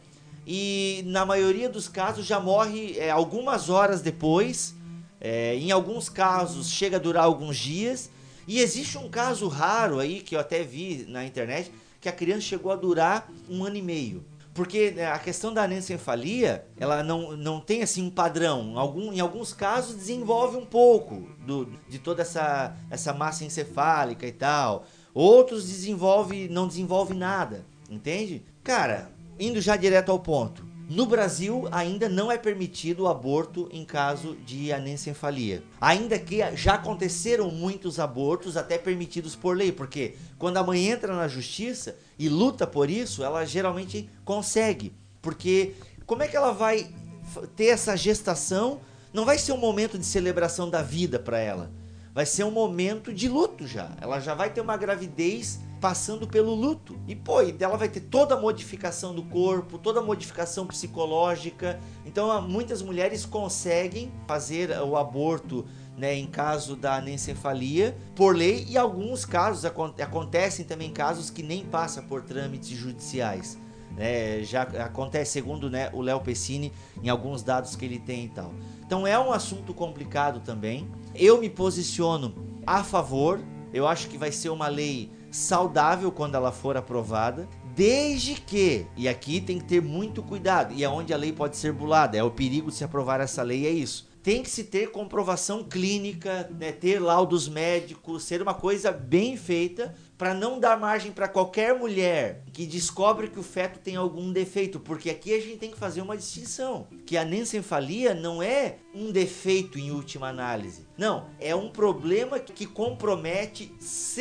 e na maioria dos casos já morre algumas horas depois. Em alguns casos chega a durar alguns dias. E existe um caso raro aí que eu até vi na internet, que a criança chegou a durar 1 ano e meio. Porque a questão da anencefalia, ela não tem assim um padrão. Em alguns casos desenvolve um pouco de toda essa massa encefálica e tal. Outros não desenvolve nada, entende? Cara, indo já direto ao ponto. No Brasil ainda não é permitido o aborto em caso de anencefalia. Ainda que já aconteceram muitos abortos até permitidos por lei, porque quando a mãe entra na justiça e luta por isso, ela geralmente consegue. Porque como é que ela vai ter essa gestação? Não vai ser um momento de celebração da vida para ela. Vai ser um momento de luto já. Ela já vai ter uma gravidez passando pelo luto. E ela vai ter toda a modificação do corpo, toda a modificação psicológica. Então muitas mulheres conseguem fazer o aborto, né, em caso da anencefalia por lei, e alguns casos acontecem também casos que nem passam por trâmites judiciais. Já acontece, segundo, né, o Léo Pessini, em alguns dados que ele tem e tal. Então é um assunto complicado também. Eu me posiciono a favor. Eu acho que vai ser uma lei saudável quando ela for aprovada, desde que, e aqui tem que ter muito cuidado, e é onde a lei pode ser burlada, o perigo de se aprovar essa lei, é isso. Tem que se ter comprovação clínica, né, ter laudos médicos, ser uma coisa bem feita, para não dar margem para qualquer mulher que descobre que o feto tem algum defeito, porque aqui a gente tem que fazer uma distinção, que a anencefalia não é um defeito em última análise, não, é um problema que compromete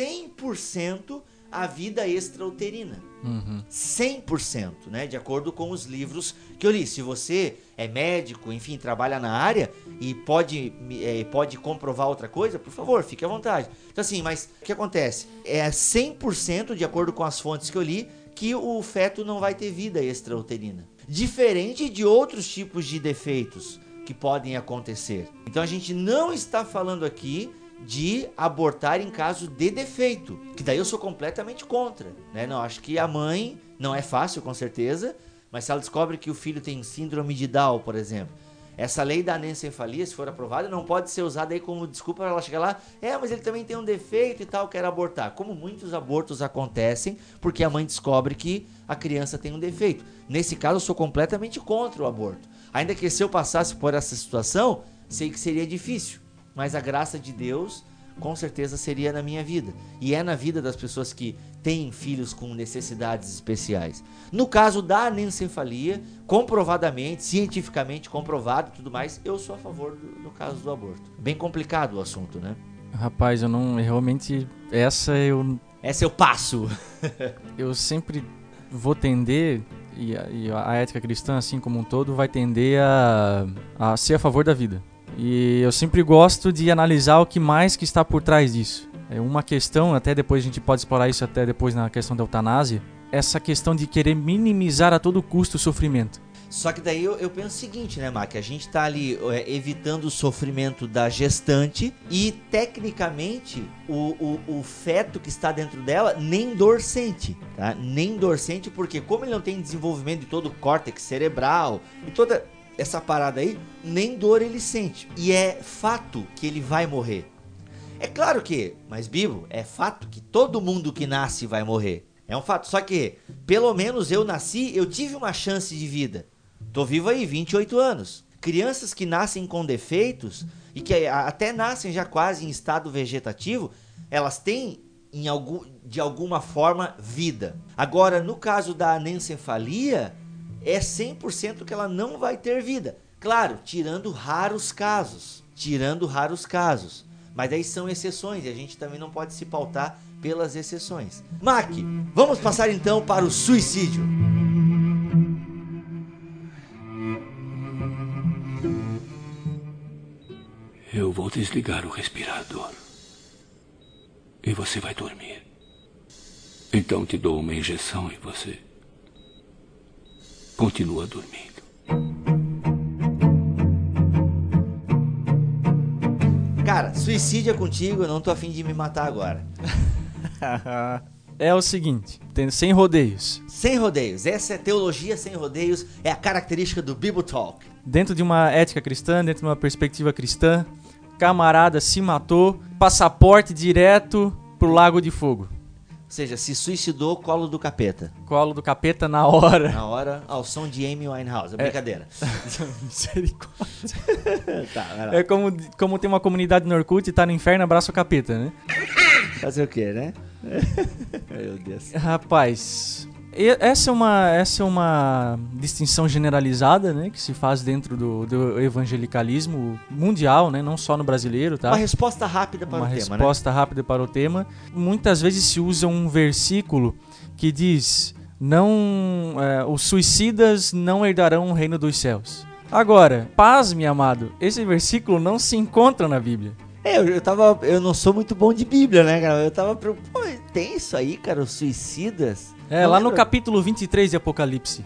100% a vida extrauterina. 100%, né? De acordo com os livros que eu li. Se você é médico, enfim, trabalha na área e pode comprovar outra coisa, por favor, fique à vontade. Então assim, mas o que acontece? É 100%, de acordo com as fontes que eu li, que o feto não vai ter vida extrauterina. Diferente de outros tipos de defeitos que podem acontecer. Então a gente não está falando aqui de abortar em caso de defeito, que daí eu sou completamente contra, né? Não, acho que a mãe, não é fácil com certeza, Mas se ela descobre que o filho tem síndrome de Down, por exemplo, essa lei da anencefalia, se for aprovada, não pode ser usada aí como desculpa para ela chegar lá, mas ele também tem um defeito e tal, quer abortar. Como muitos abortos acontecem, porque a mãe descobre que a criança tem um defeito. Nesse caso, eu sou completamente contra o aborto. Ainda que se eu passasse por essa situação, sei que seria difícil, mas a graça de Deus com certeza seria na minha vida, e é na vida das pessoas que têm filhos com necessidades especiais. No caso da anencefalia, comprovadamente, cientificamente comprovado e tudo mais, eu sou a favor no caso do aborto. Bem complicado o assunto, né? Rapaz, eu não, realmente, essa eu passo. Eu sempre vou tender, e a ética cristã, assim como um todo, vai tender a ser a favor da vida. E eu sempre gosto de analisar o que mais que está por trás disso. É uma questão, até depois a gente pode explorar isso até depois na questão da eutanásia, essa questão de querer minimizar a todo custo o sofrimento. Só que daí eu penso o seguinte, né, Mac? A gente tá ali evitando o sofrimento da gestante e, tecnicamente, o feto que está dentro dela nem dor sente, tá? Nem dor sente, porque como ele não tem desenvolvimento de todo o córtex cerebral e toda essa parada aí, nem dor ele sente. E é fato que ele vai morrer. É claro que, mas Bibo, é fato que todo mundo que nasce vai morrer. É um fato, só que, pelo menos eu nasci, eu tive uma chance de vida. Tô vivo aí, 28 anos. Crianças que nascem com defeitos, e que até nascem já quase em estado vegetativo, elas têm, de alguma forma, vida. Agora, no caso da anencefalia, é 100% que ela não vai ter vida. Claro, tirando raros casos. Mas daí são exceções e a gente também não pode se pautar pelas exceções. Mac, vamos passar então para o suicídio. Eu vou desligar o respirador. E você vai dormir. Então te dou uma injeção e você continua dormindo. Cara, suicídio é contigo, eu não tô afim de me matar agora. É o seguinte, sem rodeios. Sem rodeios, essa é teologia sem rodeios, é a característica do Bible Talk. Dentro de uma ética cristã, dentro de uma perspectiva cristã, camarada se matou, passaporte direto pro Lago de Fogo. Ou seja, se suicidou, colo do capeta. Colo do capeta na hora. Na hora, ao som de Amy Winehouse. É brincadeira. Misericórdia. Tá, vai lá. É como tem uma comunidade no Orkut e tá no inferno, abraça o capeta, né? Fazer o quê, né? Meu Deus. Rapaz, essa é uma distinção generalizada, né, que se faz dentro do evangelicalismo mundial, né, não só no brasileiro, tá? Uma resposta rápida para o tema, né? Uma resposta rápida para o tema. Muitas vezes se usa um versículo que diz: os suicidas não herdarão o reino dos céus. Agora, pasme, amado, esse versículo não se encontra na Bíblia. Eu não sou muito bom de Bíblia, né, cara? Eu tava preocupado, tem isso aí, cara, os suicidas? É, lá no capítulo 23 de Apocalipse.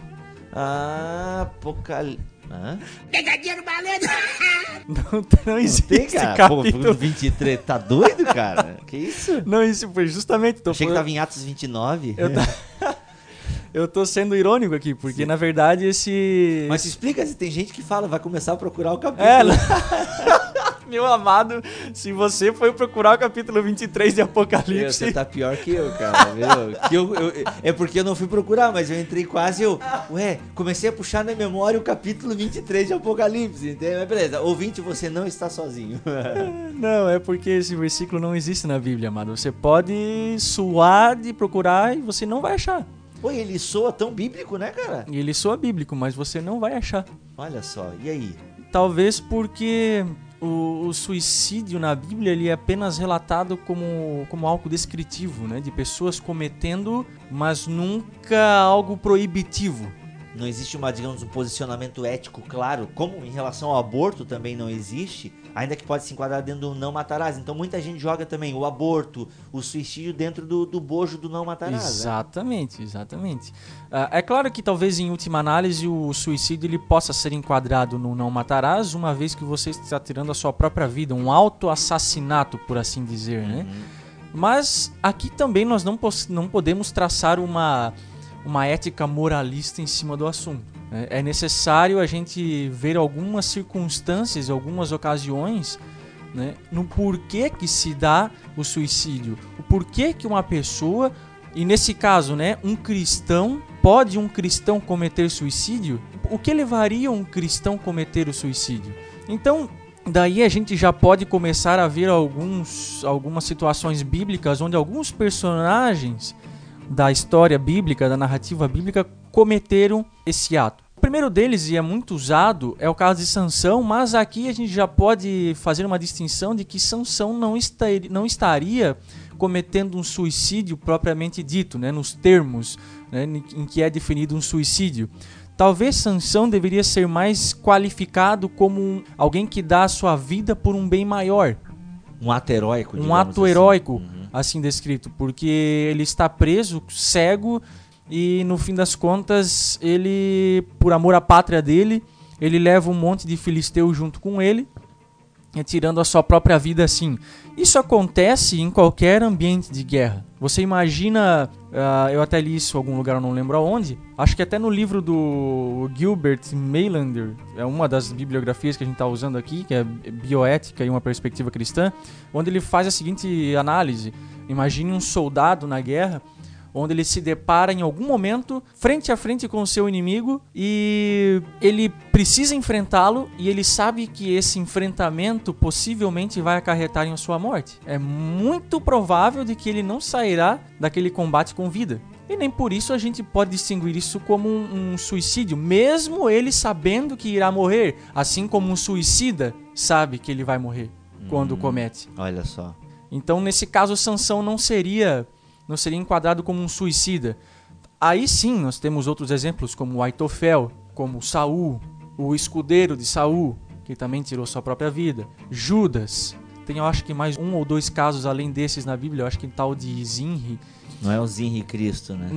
Pegadinha no malandro! Não existe tem, cara. capítulo. 23, tá doido, cara? Que isso? Não, isso foi justamente... Achei que tava em Atos 29. Eu tô sendo irônico aqui, porque na verdade esse... Mas explica, se tem gente que fala, vai começar a procurar o capítulo. Meu amado, se você foi procurar o capítulo 23 de Apocalipse... Você tá pior que eu, cara, viu? É porque eu não fui procurar, mas eu entrei quase, comecei a puxar na memória o capítulo 23 de Apocalipse, entendeu? Mas beleza, ouvinte, você não está sozinho. Não, é porque esse versículo não existe na Bíblia, amado. Você pode suar de procurar e você não vai achar. Pô, ele soa tão bíblico, né, cara? Ele soa bíblico, mas você não vai achar. Olha só, e aí? Talvez porque o suicídio na Bíblia ele é apenas relatado como algo descritivo, né? De pessoas cometendo, mas nunca algo proibitivo. Não existe um posicionamento ético claro, como em relação ao aborto também não existe, ainda que pode se enquadrar dentro do não matarás. Então muita gente joga também o aborto, o suicídio dentro do bojo do não matarás. Exatamente, né? Exatamente. É claro que talvez em última análise o suicídio ele possa ser enquadrado no não matarás, uma vez que você está tirando a sua própria vida, um autoassassinato, por assim dizer, né? Mas aqui também nós não podemos traçar uma uma ética moralista em cima do assunto. É necessário a gente ver algumas circunstâncias, algumas ocasiões, né, no porquê que se dá o suicídio. O porquê que uma pessoa, e nesse caso, né, pode um cristão cometer suicídio? O que levaria um cristão a cometer o suicídio? Então, daí a gente já pode começar a ver algumas situações bíblicas onde alguns personagens da história bíblica, da narrativa bíblica, cometeram esse ato. O primeiro deles, e é muito usado, é o caso de Sansão, mas aqui a gente já pode fazer uma distinção de que Sansão não estaria cometendo um suicídio propriamente dito, né, nos termos, né, em que é definido um suicídio. Talvez Sansão deveria ser mais qualificado como alguém que dá a sua vida por um bem maior. Um ato heróico, Um ato assim. heróico, assim descrito, porque ele está preso, cego, e no fim das contas, ele, por amor à pátria dele, ele leva um monte de filisteus junto com ele, tirando a sua própria vida assim. Isso acontece em qualquer ambiente de guerra. Você imagina, eu até li isso em algum lugar, eu não lembro aonde, acho que até no livro do Gilbert Mailander, é uma das bibliografias que a gente está usando aqui, que é Bioética e uma Perspectiva Cristã, onde ele faz a seguinte análise. Imagine um soldado na guerra, onde ele se depara em algum momento frente a frente com o seu inimigo e ele precisa enfrentá-lo e ele sabe que esse enfrentamento possivelmente vai acarretar em sua morte. É muito provável de que ele não sairá daquele combate com vida. E nem por isso a gente pode distinguir isso como um suicídio, mesmo ele sabendo que irá morrer, assim como um suicida sabe que ele vai morrer quando comete. Olha só. Então, nesse caso, Sansão não seria enquadrado como um suicida. Aí sim, nós temos outros exemplos, como Aitofel, como Saul, o escudeiro de Saul, que também tirou sua própria vida. Judas. Tem, eu acho que mais um ou dois casos além desses na Bíblia. Eu acho que tal de Zinri. Não é o Zinri Cristo, né?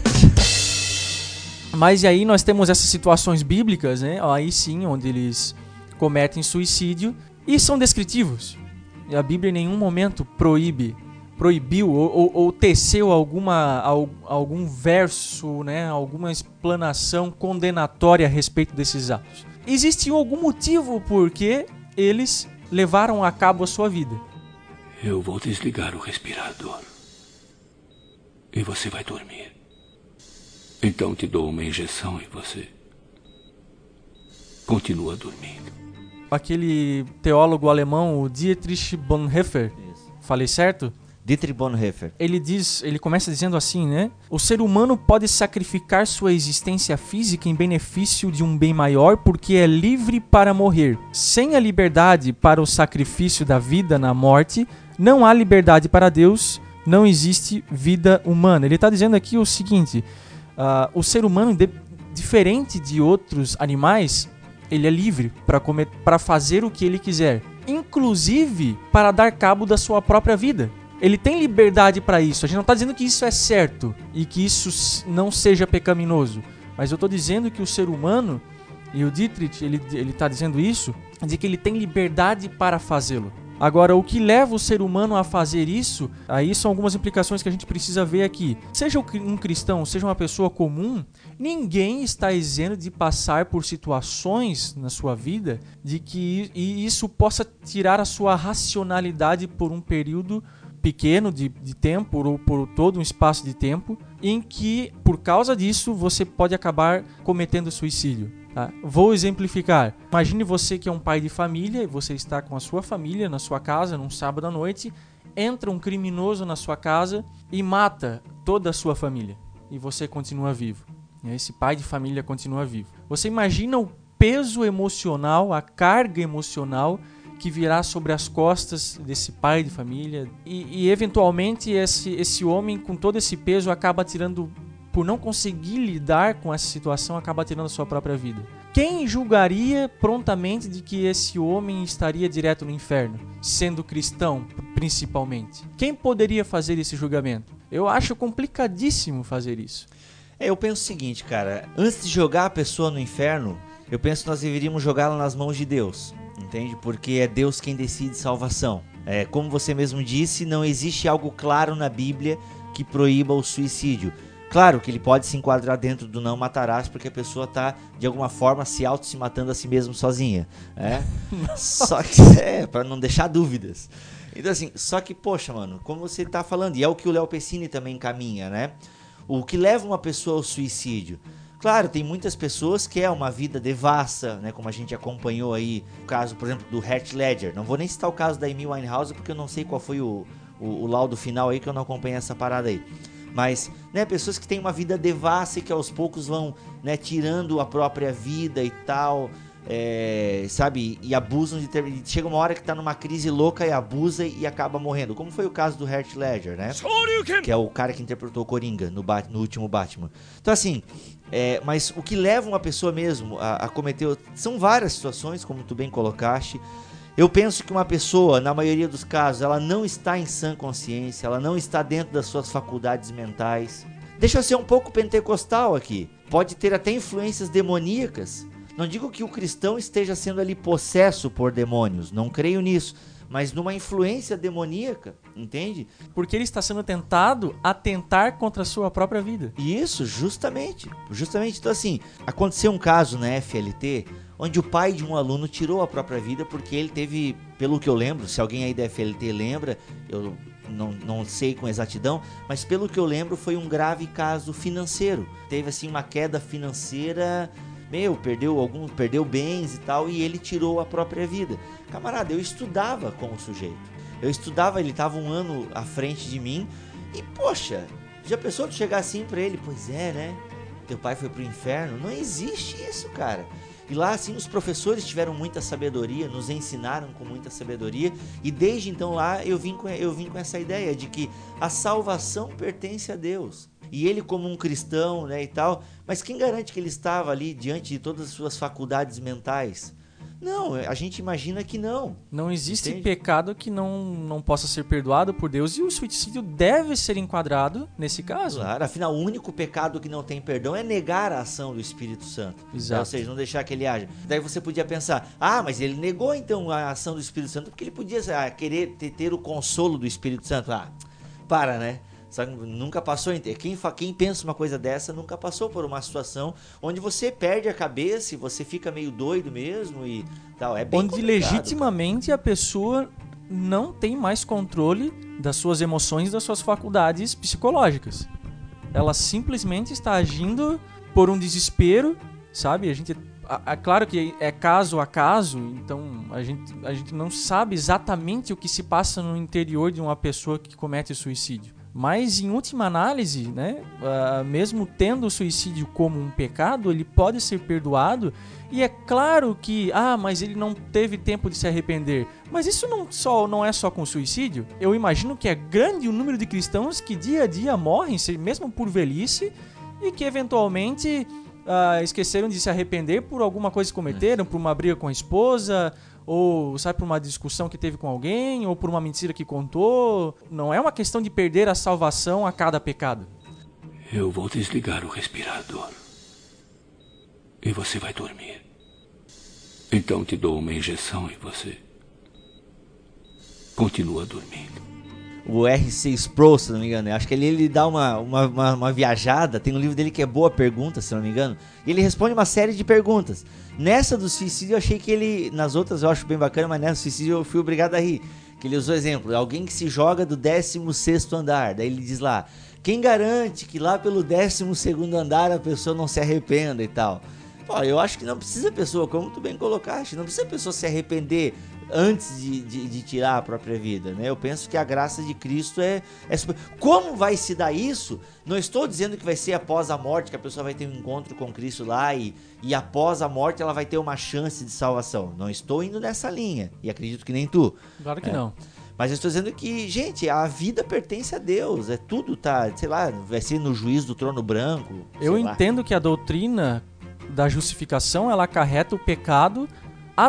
Mas e aí nós temos essas situações bíblicas, né? Aí sim, onde eles cometem suicídio e são descritivos. E a Bíblia em nenhum momento proibiu ou teceu algum verso, né, alguma explanação condenatória a respeito desses atos. Existe algum motivo por que eles levaram a cabo a sua vida. Eu vou desligar o respirador. E você vai dormir. Então te dou uma injeção e você continua dormindo. Aquele teólogo alemão, o Dietrich Bonhoeffer, falei certo? Dietrich Bonhoeffer. Ele começa dizendo assim, né? O ser humano pode sacrificar sua existência física em benefício de um bem maior porque é livre para morrer. Sem a liberdade para o sacrifício da vida na morte, não há liberdade para Deus, não existe vida humana. Ele está dizendo aqui o seguinte, o ser humano, diferente de outros animais, ele é livre para fazer o que ele quiser, inclusive para dar cabo da sua própria vida. Ele tem liberdade para isso. A gente não está dizendo que isso é certo e que isso não seja pecaminoso. Mas eu estou dizendo que o ser humano, e o Dietrich, ele está dizendo isso, de que ele tem liberdade para fazê-lo. Agora, o que leva o ser humano a fazer isso, aí são algumas implicações que a gente precisa ver aqui. Seja um cristão, seja uma pessoa comum, ninguém está isento de passar por situações na sua vida de que isso possa tirar a sua racionalidade por um período pequeno de tempo ou por todo um espaço de tempo em que, por causa disso, você pode acabar cometendo suicídio. Tá? Vou exemplificar. Imagine você que é um pai de família e você está com a sua família na sua casa num sábado à noite, entra um criminoso na sua casa e mata toda a sua família e você continua vivo. E esse pai de família continua vivo. Você imagina o peso emocional, a carga emocional que virá sobre as costas desse pai de família e eventualmente esse homem com todo esse peso acaba tirando, por não conseguir lidar com essa situação, acaba tirando a sua própria vida. Quem julgaria prontamente de que esse homem estaria direto no inferno, sendo cristão principalmente? Quem poderia fazer esse julgamento? Eu acho complicadíssimo fazer isso. Eu penso o seguinte, cara, antes de jogar a pessoa no inferno, eu penso que nós deveríamos jogá-la nas mãos de Deus. Entende? Porque é Deus quem decide salvação. Como você mesmo disse, não existe algo claro na Bíblia que proíba o suicídio. Claro que ele pode se enquadrar dentro do não matarás, porque a pessoa tá, de alguma forma, se matando a si mesmo sozinha. Só que, pra não deixar dúvidas. Então assim, só que, poxa, mano, como você tá falando, e é o que o Léo Pessini também encaminha, né? O que leva uma pessoa ao suicídio? Claro, tem muitas pessoas que é uma vida devassa, né? Como a gente acompanhou aí, o caso, por exemplo, do Heath Ledger. Não vou nem citar o caso da Amy Winehouse, porque eu não sei qual foi o laudo final aí, que eu não acompanhei essa parada aí. Mas, né, pessoas que têm uma vida devassa e que aos poucos vão, né, tirando a própria vida e tal, sabe, e abusam chega uma hora que tá numa crise louca e abusa e acaba morrendo, como foi o caso do Heath Ledger, né, que é o cara que interpretou o Coringa no último Batman. Então assim, mas o que leva uma pessoa mesmo a cometer, são várias situações, como tu bem colocaste. Eu penso que uma pessoa, na maioria dos casos, ela não está em sã consciência, ela não está dentro das suas faculdades mentais. Deixa eu ser um pouco pentecostal aqui. Pode ter até influências demoníacas. Não digo que o cristão esteja sendo ali possesso por demônios, não creio nisso. Mas numa influência demoníaca, entende? Porque ele está sendo tentado a atentar contra a sua própria vida. Isso, justamente. Então assim, aconteceu um caso na FLT, onde o pai de um aluno tirou a própria vida porque ele teve, pelo que eu lembro, se alguém aí da FLT lembra, eu não sei com exatidão, mas pelo que eu lembro foi um grave caso financeiro. Teve assim uma queda financeira, perdeu bens e tal, e ele tirou a própria vida. Camarada, eu estudava com o sujeito. Ele estava um ano à frente de mim e, poxa, já pensou de chegar assim pra ele? Pois é, né? Teu pai foi pro inferno? Não existe isso, cara. E lá, assim, os professores tiveram muita sabedoria, nos ensinaram com muita sabedoria, e desde então lá eu vim com essa ideia de que a salvação pertence a Deus. E ele como um cristão, né, e tal, mas quem garante que ele estava ali diante de todas as suas faculdades mentais? Não, a gente imagina que não. Não existe Entende? pecado que não possa ser perdoado por Deus, e o suicídio deve ser enquadrado nesse caso. Claro, afinal, o único pecado que não tem perdão é negar a ação do Espírito Santo. Exato. Ou seja, não deixar que ele haja. Daí você podia pensar, mas ele negou então a ação do Espírito Santo porque ele podia querer ter o consolo do Espírito Santo. Para, né? Sabe, nunca passou, quem pensa uma coisa dessa nunca passou por uma situação onde você perde a cabeça e você fica meio doido mesmo e tal. É bem onde complicado, legitimamente cara. A pessoa não tem mais controle das suas emoções, das suas faculdades psicológicas. Ela simplesmente está agindo por um desespero, sabe? Claro que é caso a caso, então a gente não sabe exatamente o que se passa no interior de uma pessoa que comete suicídio. Mas, em última análise, né, mesmo tendo o suicídio como um pecado, ele pode ser perdoado. E é claro que, mas ele não teve tempo de se arrepender. Mas isso não é só com suicídio. Eu imagino que é grande o número de cristãos que dia a dia morrem, mesmo por velhice, e que eventualmente esqueceram de se arrepender por alguma coisa que cometeram, por uma briga com a esposa, ou sabe, por uma discussão que teve com alguém, ou por uma mentira que contou. Não é uma questão de perder a salvação a cada pecado. Eu vou desligar o respirador. E você vai dormir. Então te dou uma injeção e você continua dormindo. O R.C. Sproul, se não me engano, acho que ele dá uma viajada. Tem um livro dele que é Boa Pergunta, se não me engano, e ele responde uma série de perguntas. Nessa do suicídio eu achei que ele, nas outras eu acho bem bacana, mas nessa do suicídio eu fui obrigado a rir, que ele usou exemplo, alguém que se joga do 16º andar, daí ele diz lá, quem garante que lá pelo 12º andar a pessoa não se arrependa e tal. Pô, eu acho que não precisa a pessoa, como tu bem colocaste, não precisa a pessoa se arrepender antes de tirar a própria vida, né? Eu penso que a graça de Cristo é super... Como vai se dar isso? Não estou dizendo que vai ser após a morte, que a pessoa vai ter um encontro com Cristo lá e após a morte ela vai ter uma chance de salvação. Não estou indo nessa linha, e acredito que nem tu. Claro que não. Mas eu estou dizendo que, gente, a vida pertence a Deus, tudo tá, sei lá, vai ser no juízo do trono branco. Eu entendo que a doutrina da justificação, ela acarreta o pecado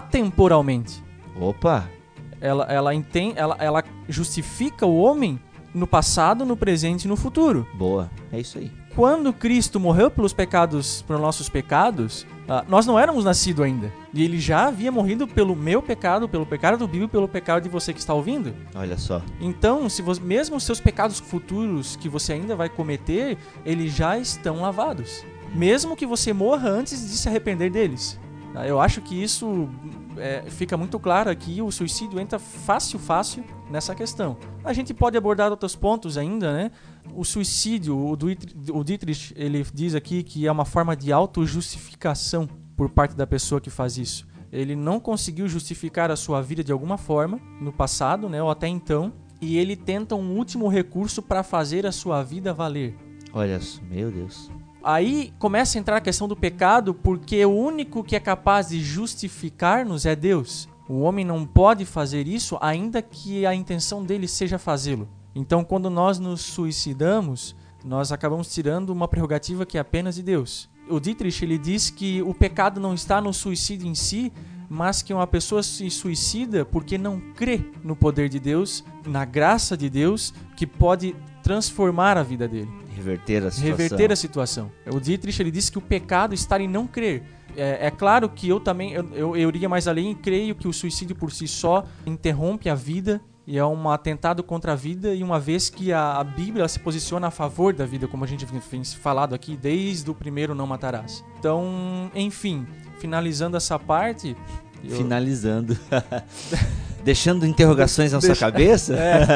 atemporalmente. Opa! Ela justifica o homem no passado, no presente e no futuro. Boa, é isso aí. Quando Cristo morreu pelos nossos pecados, nós não éramos nascidos ainda. E ele já havia morrido pelo meu pecado, pelo pecado do Bill e pelo pecado de você que está ouvindo. Olha só. Então, mesmo os seus pecados futuros que você ainda vai cometer, eles já estão lavados. Mesmo que você morra antes de se arrepender deles. Eu acho que isso fica muito claro aqui. O suicídio entra fácil nessa questão. A gente pode abordar outros pontos ainda, né? O suicídio, o Dietrich, ele diz aqui que é uma forma de autojustificação por parte da pessoa que faz isso. Ele não conseguiu justificar a sua vida de alguma forma no passado, né, ou até então, e ele tenta um último recurso para fazer a sua vida valer. Olha, meu Deus. Aí começa a entrar a questão do pecado, porque o único que é capaz de justificar-nos é Deus. O homem não pode fazer isso, ainda que a intenção dele seja fazê-lo. Então, quando nós nos suicidamos, nós acabamos tirando uma prerrogativa que é apenas de Deus. O Dietrich, ele diz que o pecado não está no suicídio em si, mas que uma pessoa se suicida porque não crê no poder de Deus, na graça de Deus, que pode transformar a vida dele. Reverter a situação. O Dietrich, ele diz que o pecado está em não crer. É claro que eu também eu iria mais além e creio que o suicídio por si só interrompe a vida e é um atentado contra a vida, e uma vez que a Bíblia se posiciona a favor da vida, como a gente tem falado aqui desde o primeiro não matarás. Então, enfim, finalizando essa parte... Finalizando. Deixando interrogações na sua cabeça?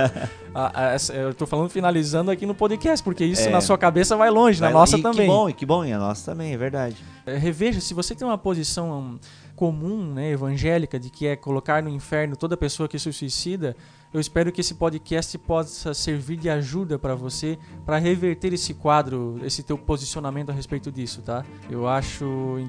Eu tô falando finalizando aqui no podcast, porque isso na sua cabeça vai longe, na nossa também. Que bom, e a nossa também, é verdade. Reveja, se você tem uma posição comum, né, evangélica, de que é colocar no inferno toda pessoa que se suicida, eu espero que esse podcast possa servir de ajuda para você, para reverter esse quadro, esse teu posicionamento a respeito disso, tá? Eu acho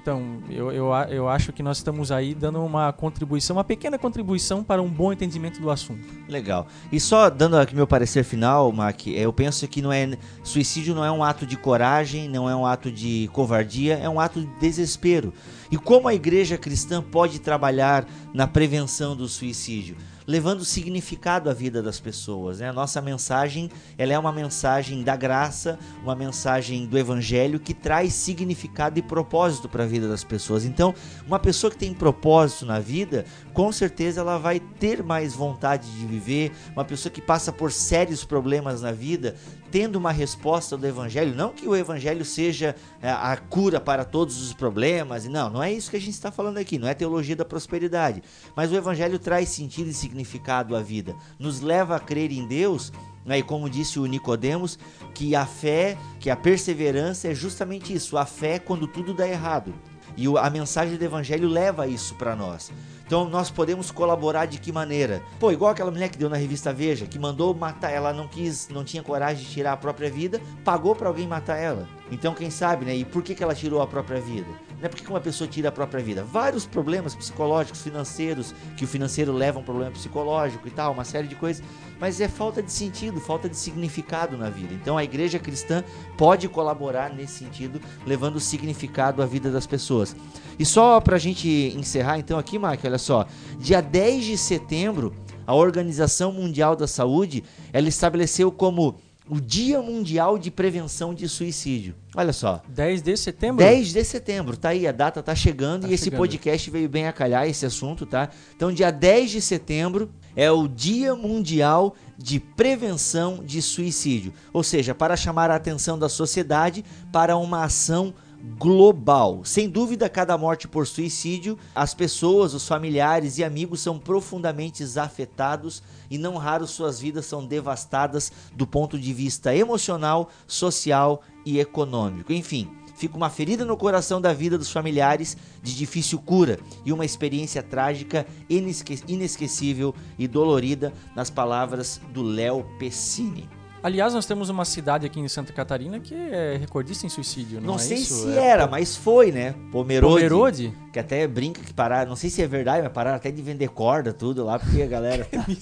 que nós estamos aí dando uma contribuição, uma pequena contribuição para um bom entendimento do assunto. Legal. E só dando aqui meu parecer final, Mac, eu penso que suicídio não é um ato de coragem, não é um ato de covardia, é um ato de desespero. E como a igreja cristã pode trabalhar na prevenção do suicídio? Levando significado à vida das pessoas, né? A nossa mensagem, ela é uma mensagem da graça, uma mensagem do evangelho que traz significado e propósito para a vida das pessoas. Então, uma pessoa que tem propósito na vida, com certeza ela vai ter mais vontade de viver. Uma pessoa que passa por sérios problemas na vida, tendo uma resposta do evangelho, não que o evangelho seja a cura para todos os problemas, não é isso que a gente está falando aqui, não é teologia da prosperidade, mas o evangelho traz sentido e significado à vida, nos leva a crer em Deus, né? E como disse o Nicodemos, que a fé, que a perseverança é justamente isso, a fé quando tudo dá errado, e a mensagem do evangelho leva isso para nós. Então nós podemos colaborar de que maneira? Igual aquela mulher que deu na revista Veja, que mandou matar, ela não tinha coragem de tirar a própria vida, pagou para alguém matar ela. Então quem sabe, né? E por que ela tirou a própria vida? Por que uma pessoa tira a própria vida? Vários problemas psicológicos, financeiros, que o financeiro leva a um problema psicológico e tal, uma série de coisas, mas é falta de sentido, falta de significado na vida. Então a igreja cristã pode colaborar nesse sentido, levando significado à vida das pessoas. E só pra gente encerrar então aqui, Mark, olha só, dia 10 de setembro, a Organização Mundial da Saúde, ela estabeleceu como o Dia Mundial de Prevenção de Suicídio. Olha só. 10 de setembro? 10 de setembro, tá aí, a data tá chegando, esse podcast veio bem a calhar esse assunto, tá? Então, dia 10 de setembro é o Dia Mundial de Prevenção de Suicídio. Ou seja, para chamar a atenção da sociedade para uma ação global. Sem dúvida, cada morte por suicídio, as pessoas, os familiares e amigos são profundamente afetados e não raro suas vidas são devastadas do ponto de vista emocional, social e econômico. Enfim, fica uma ferida no coração da vida dos familiares de difícil cura e uma experiência trágica, inesquecível e dolorida, nas palavras do Léo Pessini. Aliás, nós temos uma cidade aqui em Santa Catarina que é recordista em suicídio, não é isso? Não sei se era, mas foi, né? Pomerode? Que até brinca que pararam, não sei se é verdade, mas pararam até de vender corda, tudo lá, porque a galera...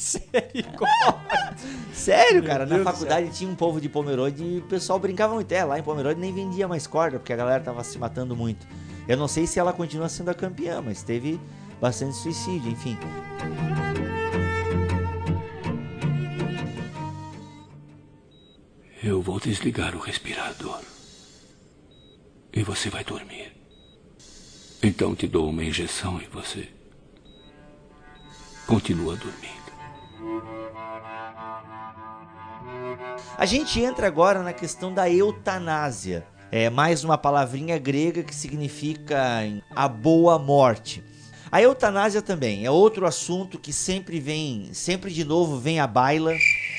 Misericórdia! Sério, cara, na faculdade tinha um povo de Pomerode e o pessoal brincava muito. Lá em Pomerode nem vendia mais corda, porque a galera tava se matando muito. Eu não sei se ela continua sendo a campeã, mas teve bastante suicídio, enfim. Eu vou desligar o respirador. E você vai dormir. Então te dou uma injeção e você continua dormindo. A gente entra agora na questão da eutanásia. É mais uma palavrinha grega que significa a boa morte. A eutanásia também é outro assunto que sempre de novo vem à baila.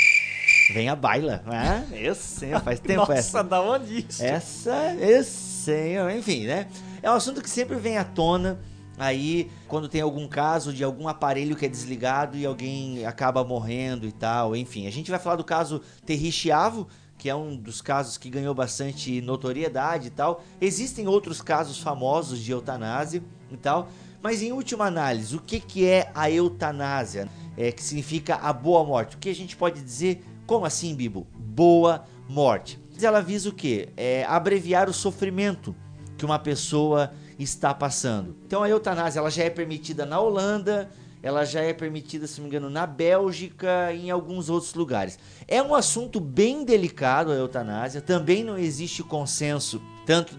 Vem à baila, né? Eu sei, faz tempo. Nossa, essa. da onde isso? Eu sei, enfim, né? É um assunto que sempre vem à tona aí quando tem algum caso de algum aparelho que é desligado e alguém acaba morrendo e tal, enfim. A gente vai falar do caso Terri Schiavo, que é um dos casos que ganhou bastante notoriedade e tal. Existem outros casos famosos de eutanásia e tal, mas em última análise, o que é a eutanásia? Que significa a boa morte. O que a gente pode dizer? Como assim, Bibo? Boa morte. Ela visa o quê? Abreviar o sofrimento que uma pessoa está passando. Então a eutanásia ela já é permitida na Holanda, ela já é permitida, se não me engano, na Bélgica e em alguns outros lugares. É um assunto bem delicado a eutanásia, também não existe consenso tanto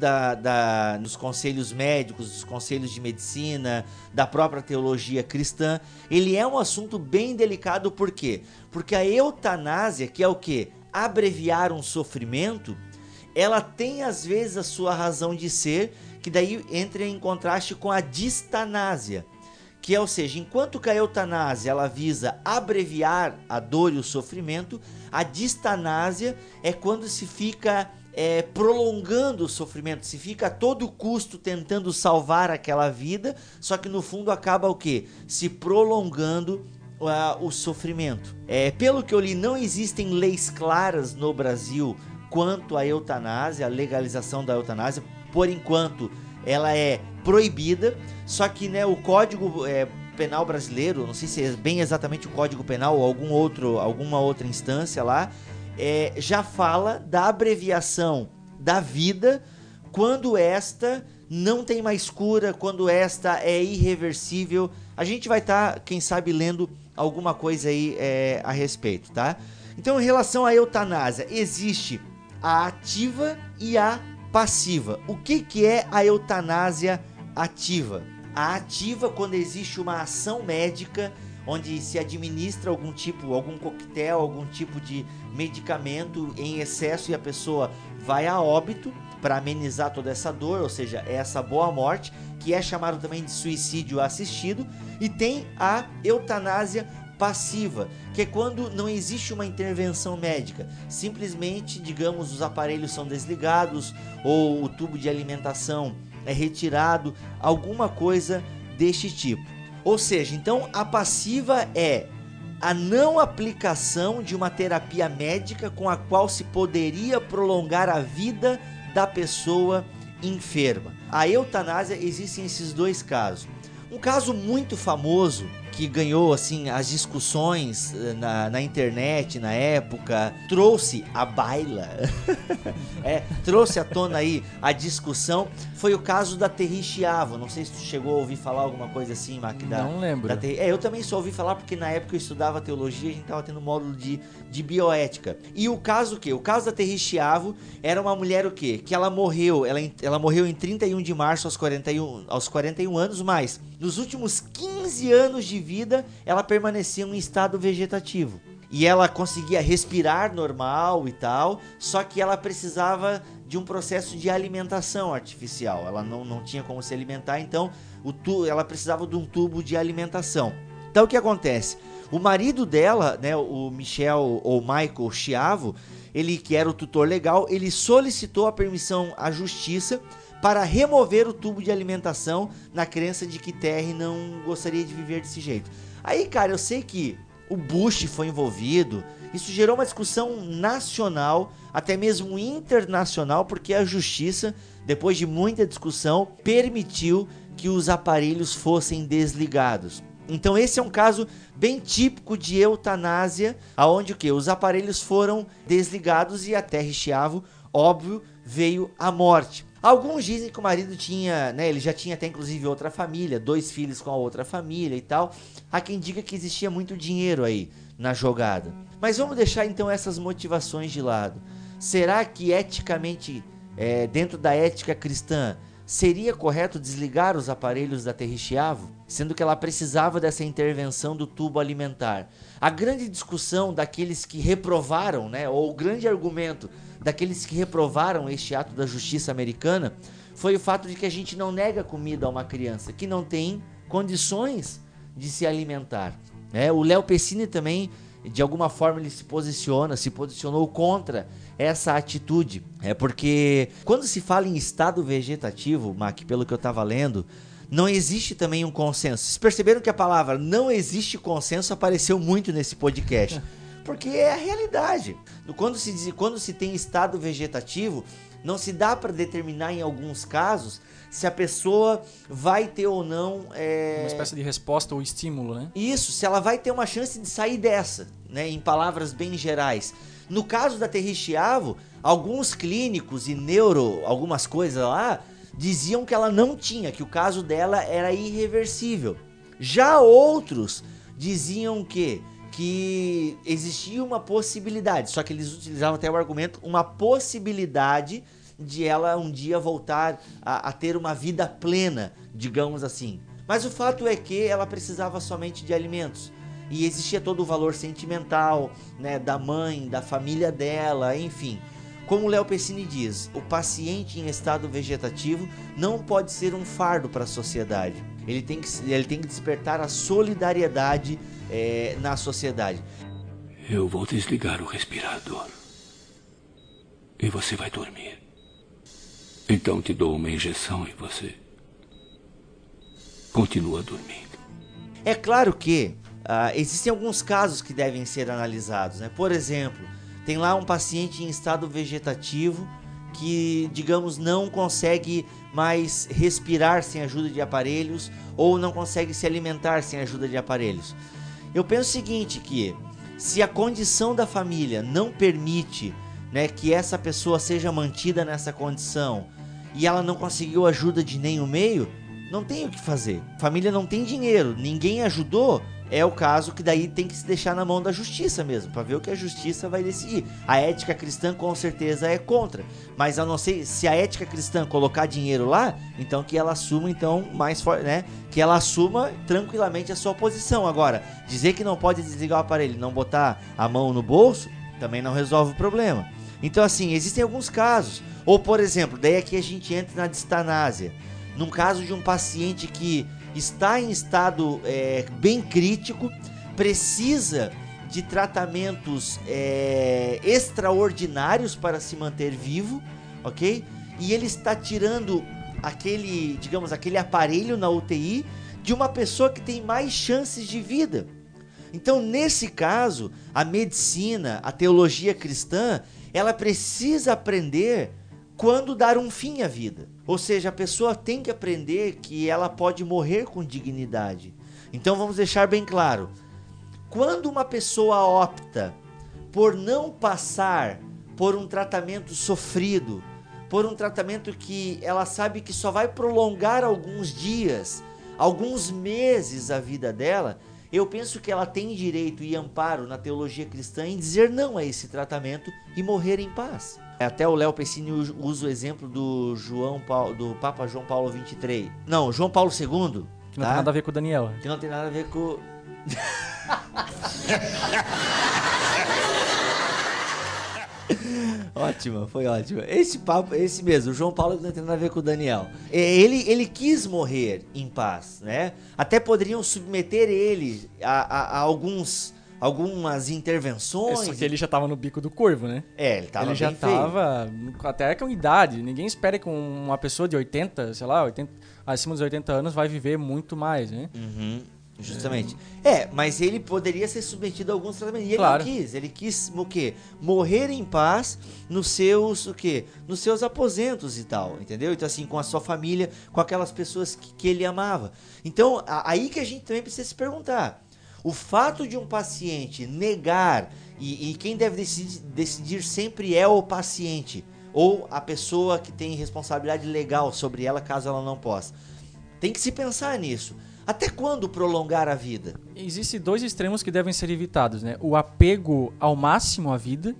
nos conselhos médicos, dos conselhos de medicina, da própria teologia cristã. Ele é um assunto bem delicado, por quê? Porque a eutanásia, que é o quê? Abreviar um sofrimento, ela tem às vezes a sua razão de ser, que daí entra em contraste com a distanásia, que é, ou seja, enquanto que a eutanásia ela visa abreviar a dor e o sofrimento, a distanásia é quando se fica prolongando o sofrimento, se fica a todo custo tentando salvar aquela vida, só que no fundo acaba o quê? Se prolongando o sofrimento. Pelo que eu li, não existem leis claras no Brasil quanto à eutanásia, a legalização da eutanásia. Por enquanto, ela é proibida, só que né, o Código Penal brasileiro, não sei se é bem exatamente o Código Penal ou alguma outra instância lá, já fala da abreviação da vida quando esta não tem mais cura, quando esta é irreversível. A gente vai estar, quem sabe, lendo alguma coisa aí a respeito, tá? Então, em relação à eutanásia, existe a ativa e a passiva. O que é a eutanásia ativa? A ativa, quando existe uma ação médica onde se administra algum coquetel, algum tipo de medicamento em excesso e a pessoa vai a óbito para amenizar toda essa dor, ou seja, essa boa morte, que é chamado também de suicídio assistido. E tem a eutanásia passiva, que é quando não existe uma intervenção médica, simplesmente, digamos, os aparelhos são desligados ou o tubo de alimentação é retirado, alguma coisa deste tipo. Ou seja, então a passiva é a não aplicação de uma terapia médica com a qual se poderia prolongar a vida da pessoa enferma. A eutanásia, existem esses dois casos. Um caso muito famoso que ganhou assim as discussões na internet na época, trouxe à baila, trouxe à tona aí a discussão, foi o caso da Terri Schiavo. Não sei se tu chegou a ouvir falar alguma coisa assim, Mac, não lembro. Eu também só ouvi falar porque na época eu estudava teologia, a gente estava tendo módulo de bioética. E o caso o caso da Terri Schiavo era uma mulher que ela morreu em 31 de março aos 41 anos, mas nos últimos 15 anos de vida, ela permanecia em um estado vegetativo. E ela conseguia respirar normal e tal, só que ela precisava de um processo de alimentação artificial. Ela não tinha como se alimentar, então ela precisava de um tubo de alimentação. Então o que acontece? O marido dela, né, o Michel ou Michael Schiavo, ele que era o tutor legal, ele solicitou a permissão à justiça para remover o tubo de alimentação na crença de que Terri não gostaria de viver desse jeito. Aí, cara, eu sei que o Bush foi envolvido, isso gerou uma discussão nacional, até mesmo internacional, porque a justiça, depois de muita discussão, permitiu que os aparelhos fossem desligados. Então esse é um caso bem típico de eutanásia, onde os aparelhos foram desligados e a Terri Schiavo, óbvio, veio a morte. Alguns dizem que o marido tinha, né, ele já tinha até inclusive outra família, 2 filhos com a outra família e tal. Há quem diga que existia muito dinheiro aí na jogada. Mas vamos deixar então essas motivações de lado. será que eticamente, dentro da ética cristã, seria correto desligar os aparelhos da Terri-Schiavo, sendo que ela precisava dessa intervenção do tubo alimentar? A grande discussão daqueles que reprovaram, né, ou o grande argumento daqueles que reprovaram este ato da justiça americana, foi o fato de que a gente não nega comida a uma criança que não tem condições de se alimentar. O Léo Pessini também, de alguma forma, ele se posicionou contra essa atitude. Porque quando se fala em estado vegetativo, Mac, pelo que eu estava lendo, não existe também um consenso. Vocês perceberam que a palavra não existe consenso apareceu muito nesse podcast? Porque é a realidade. Quando se tem estado vegetativo, não se dá para determinar em alguns casos se a pessoa vai ter ou não... Uma espécie de resposta ou estímulo, né? Isso, se ela vai ter uma chance de sair dessa, né? Em palavras bem gerais. No caso da Terri-Schiavo, alguns clínicos e algumas coisas lá, diziam que ela não tinha, que o caso dela era irreversível. Já outros diziam que existia uma possibilidade, só que eles utilizavam até o argumento, uma possibilidade de ela um dia voltar a ter uma vida plena, digamos assim. Mas o fato é que ela precisava somente de alimentos. E existia todo o valor sentimental, né, da mãe, da família dela, enfim. Como o Léo Pessini diz, o paciente em estado vegetativo não pode ser um fardo para a sociedade. Ele tem que despertar a solidariedade na sociedade. Eu vou desligar o respirador. E você vai dormir. Então te dou uma injeção e você continua dormindo. É claro que existem alguns casos que devem ser analisados, né? Por exemplo, tem lá um paciente em estado vegetativo que, digamos, não consegue mais respirar sem ajuda de aparelhos ou não consegue se alimentar sem ajuda de aparelhos. Eu penso o seguinte, que se a condição da família não permite, né, que essa pessoa seja mantida nessa condição e ela não conseguiu ajuda de nenhum meio, não tem o que fazer. A família não tem dinheiro, ninguém ajudou. É o caso que daí tem que se deixar na mão da justiça mesmo, para ver o que a justiça vai decidir. A ética cristã com certeza é contra, mas a não ser se a ética cristã colocar dinheiro lá, então que ela assuma né? Que ela assuma tranquilamente a sua posição. Agora, dizer que não pode desligar o aparelho e não botar a mão no bolso, também não resolve o problema. Então assim, existem alguns casos. Ou por exemplo, daí aqui a gente entra na distanásia. Num caso de um paciente que está em estado bem crítico, precisa de tratamentos extraordinários para se manter vivo, ok? E ele está tirando aquele aparelho na UTI de uma pessoa que tem mais chances de vida. Então, nesse caso, a medicina, a teologia cristã, ela precisa aprender quando dar um fim à vida. Ou seja, a pessoa tem que aprender que ela pode morrer com dignidade. Então vamos deixar bem claro. Quando uma pessoa opta por não passar por um tratamento sofrido, por um tratamento que ela sabe que só vai prolongar alguns dias, alguns meses a vida dela, eu penso que ela tem direito e amparo na teologia cristã em dizer não a esse tratamento e morrer em paz. Até o Léo Pessini usa o exemplo do Papa João Paulo XXIII. Não, João Paulo II. Que não tem nada a ver com o Daniel. Que não tem nada a ver com... Ótima, foi ótimo. Esse mesmo, o João Paulo não tem nada a ver com o Daniel. Ele quis morrer em paz, né? Até poderiam submeter ele a algumas intervenções. Só que ele já tava no bico do corvo, né? Ele tava ele já bem feio. Tava até com idade. Ninguém espera que uma pessoa de 80, sei lá, acima dos 80 anos vai viver muito mais, né? Uhum. Justamente. Mas ele poderia ser submetido a alguns tratamentos. E ele claro. não quis. Ele quis o quê? Morrer em paz nos seus nos seus aposentos e tal, entendeu? Então assim, com a sua família, com aquelas pessoas que ele amava. Então, aí que a gente também precisa se perguntar. O fato de um paciente negar, e quem deve decidir sempre é o paciente, ou a pessoa que tem responsabilidade legal sobre ela, caso ela não possa. Tem que se pensar nisso. Até quando prolongar a vida? Existem dois extremos que devem ser evitados, né? O apego ao máximo à vida,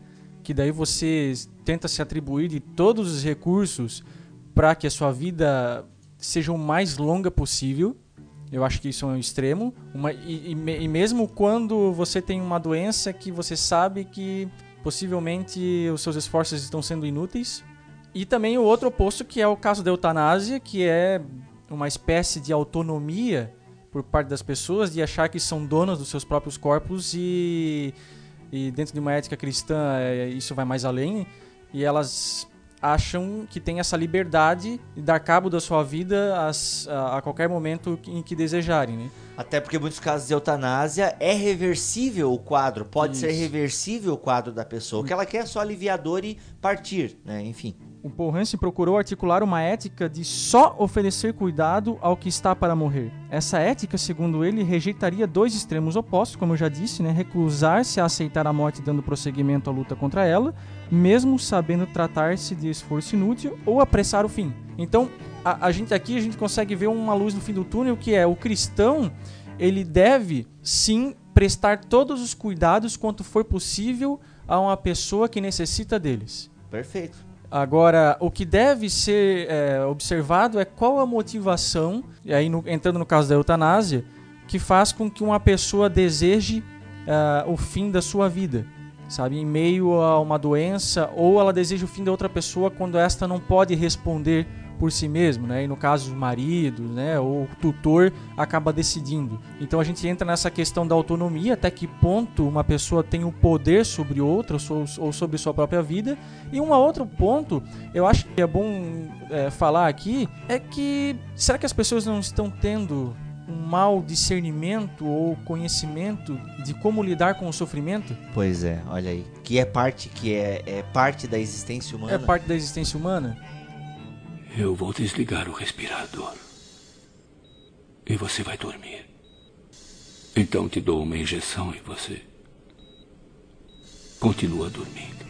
que daí você tenta se atribuir de todos os recursos para que a sua vida seja o mais longa possível. Eu acho que isso é um extremo. E mesmo quando você tem uma doença que você sabe que possivelmente os seus esforços estão sendo inúteis. E também o outro oposto, que é o caso da eutanásia, que é uma espécie de autonomia por parte das pessoas de achar que são donas dos seus próprios corpos e dentro de uma ética cristã isso vai mais além, e elas acham que tem essa liberdade de dar cabo da sua vida a qualquer momento em que desejarem, né? Até porque em muitos casos de eutanásia é reversível o quadro, pode ser reversível o quadro da pessoa. O que ela quer é só aliviar a dor e partir, né? Enfim. O Paul Hansen procurou articular uma ética de só oferecer cuidado ao que está para morrer. Essa ética, segundo ele, rejeitaria dois extremos opostos, como eu já disse, né? Recusar-se a aceitar a morte dando prosseguimento à luta contra ela, mesmo sabendo tratar-se de esforço inútil, ou apressar o fim. Então, a gente consegue ver uma luz no fim do túnel, que é o cristão, ele deve sim prestar todos os cuidados quanto for possível a uma pessoa que necessita deles. Perfeito. Agora, o que deve ser observado é qual a motivação, e aí entrando no caso da eutanásia, que faz com que uma pessoa deseje o fim da sua vida, sabe, em meio a uma doença, ou ela deseja o fim da outra pessoa quando esta não pode responder por si mesmo, né? E no caso o marido, né, ou o tutor acaba decidindo. Então a gente entra nessa questão da autonomia, até que ponto uma pessoa tem o poder sobre outra ou sobre sua própria vida. E um outro ponto, eu acho que é bom falar aqui, é que será que as pessoas não estão tendo um mau discernimento ou conhecimento de como lidar com o sofrimento? Pois é, olha aí, que é parte da existência humana. É parte da existência humana. Eu vou desligar o respirador. E você vai dormir. Então te dou uma injeção e você continua dormindo.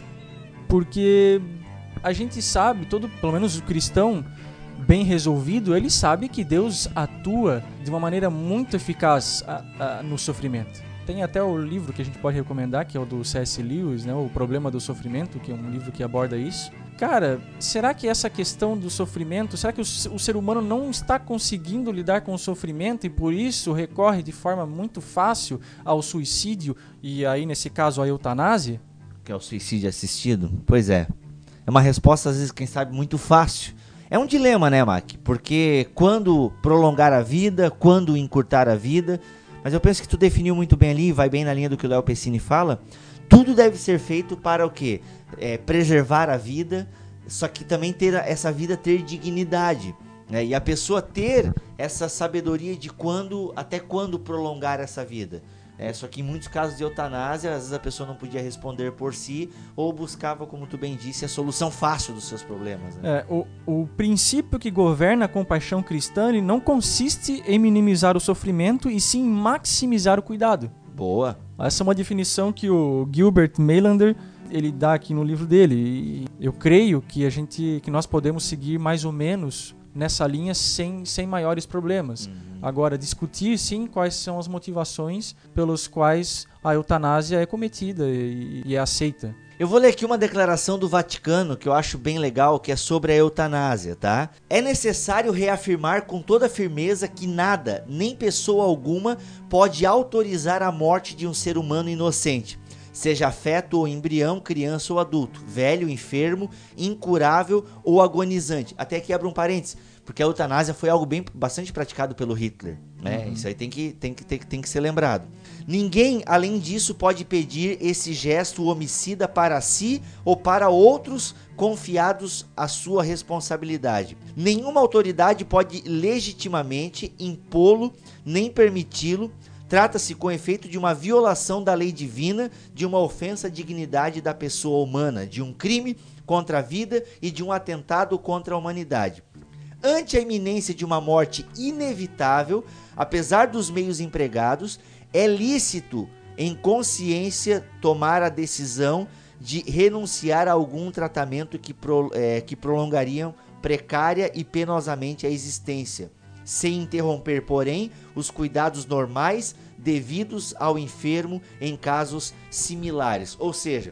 Porque a gente sabe, pelo menos o cristão bem resolvido, ele sabe que Deus atua de uma maneira muito eficaz no sofrimento. Tem até o livro que a gente pode recomendar, que é o do C.S. Lewis, né? O Problema do Sofrimento, que é um livro que aborda isso. Cara, será que essa questão do sofrimento, será que o ser humano não está conseguindo lidar com o sofrimento e por isso recorre de forma muito fácil ao suicídio e aí, nesse caso, à eutanásia? Que é o suicídio assistido? Pois é. É uma resposta, às vezes, quem sabe, muito fácil. É um dilema, né, Mac? Porque quando prolongar a vida, quando encurtar a vida... Mas eu penso que tu definiu muito bem ali, vai bem na linha do que o Léo Pessini fala. Tudo deve ser feito para o quê? Preservar a vida, só que também ter essa vida ter dignidade, né? E a pessoa ter essa sabedoria de até quando prolongar essa vida. Só que em muitos casos de eutanásia, às vezes a pessoa não podia responder por si ou buscava, como tu bem disse, a solução fácil dos seus problemas, né? O princípio que governa a compaixão cristã ele não consiste em minimizar o sofrimento e sim em maximizar o cuidado. Boa. Essa é uma definição que o Gilbert Mailander ele dá aqui no livro dele. E eu creio que nós podemos seguir mais ou menos nessa linha sem maiores problemas. Agora, discutir sim quais são as motivações pelas quais a eutanásia é cometida e é aceita. Eu vou ler aqui uma declaração do Vaticano que eu acho bem legal, que é sobre a eutanásia, tá? É necessário reafirmar com toda firmeza que nada, nem pessoa alguma, pode autorizar a morte de um ser humano inocente. Seja feto ou embrião, criança ou adulto, velho, enfermo, incurável ou agonizante. Até aqui abro um parênteses, porque a eutanásia foi algo bastante praticado pelo Hitler, né? Isso aí tem que ser lembrado. Ninguém, além disso, pode pedir esse gesto homicida para si ou para outros confiados à sua responsabilidade. Nenhuma autoridade pode legitimamente impô-lo nem permiti-lo. Trata-se, com efeito, de uma violação da lei divina, de uma ofensa à dignidade da pessoa humana, de um crime contra a vida e de um atentado contra a humanidade. Ante a iminência de uma morte inevitável, apesar dos meios empregados, é lícito, em consciência, tomar a decisão de renunciar a algum tratamento que prolongariam precária e penosamente a existência, sem interromper, porém, os cuidados normais devidos ao enfermo em casos similares. Ou seja,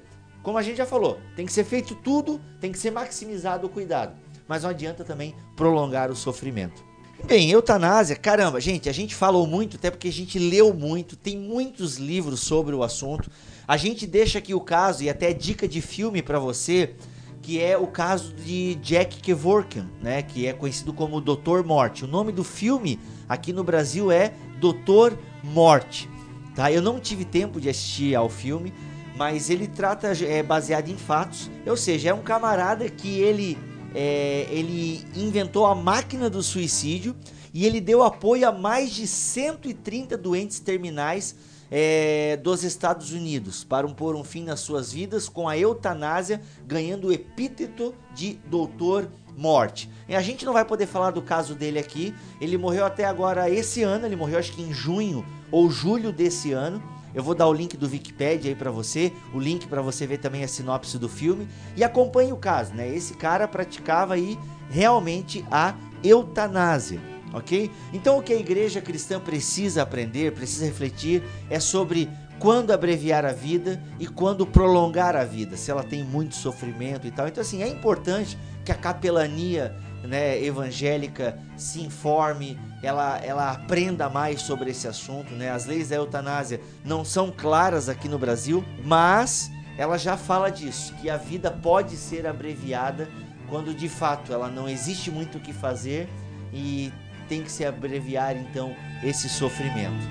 como a gente já falou, tem que ser feito tudo, tem que ser maximizado o cuidado. Mas não adianta também prolongar o sofrimento. Bem, eutanásia, caramba, gente, a gente falou muito, até porque a gente leu muito, tem muitos livros sobre o assunto. A gente deixa aqui o caso e até dica de filme para você, que é o caso de Jack Kevorkian, né, que é conhecido como Dr. Morte. O nome do filme aqui no Brasil é Dr. Morte, tá? Eu não tive tempo de assistir ao filme, mas ele trata, baseado em fatos, ou seja, é um camarada que ele inventou a máquina do suicídio e ele deu apoio a mais de 130 doentes terminais dos Estados Unidos para pôr um fim nas suas vidas com a eutanásia, ganhando o epíteto de Doutor Morte. E a gente não vai poder falar do caso dele aqui, ele morreu até agora esse ano, ele morreu acho que em junho ou julho desse ano. Eu vou dar o link do Wikipedia aí pra você, o link pra você ver também a sinopse do filme e acompanhe o caso, né? Esse cara praticava aí realmente a eutanásia, ok? Então o que a igreja cristã precisa aprender, precisa refletir é sobre quando abreviar a vida e quando prolongar a vida, se ela tem muito sofrimento e tal. Então assim, é importante que a capelania, né, evangélica se informe, ela aprenda mais sobre esse assunto, né? As leis da eutanásia não são claras aqui no Brasil, mas ela já fala disso, que a vida pode ser abreviada quando de fato ela não existe muito o que fazer e tem que se abreviar então esse sofrimento.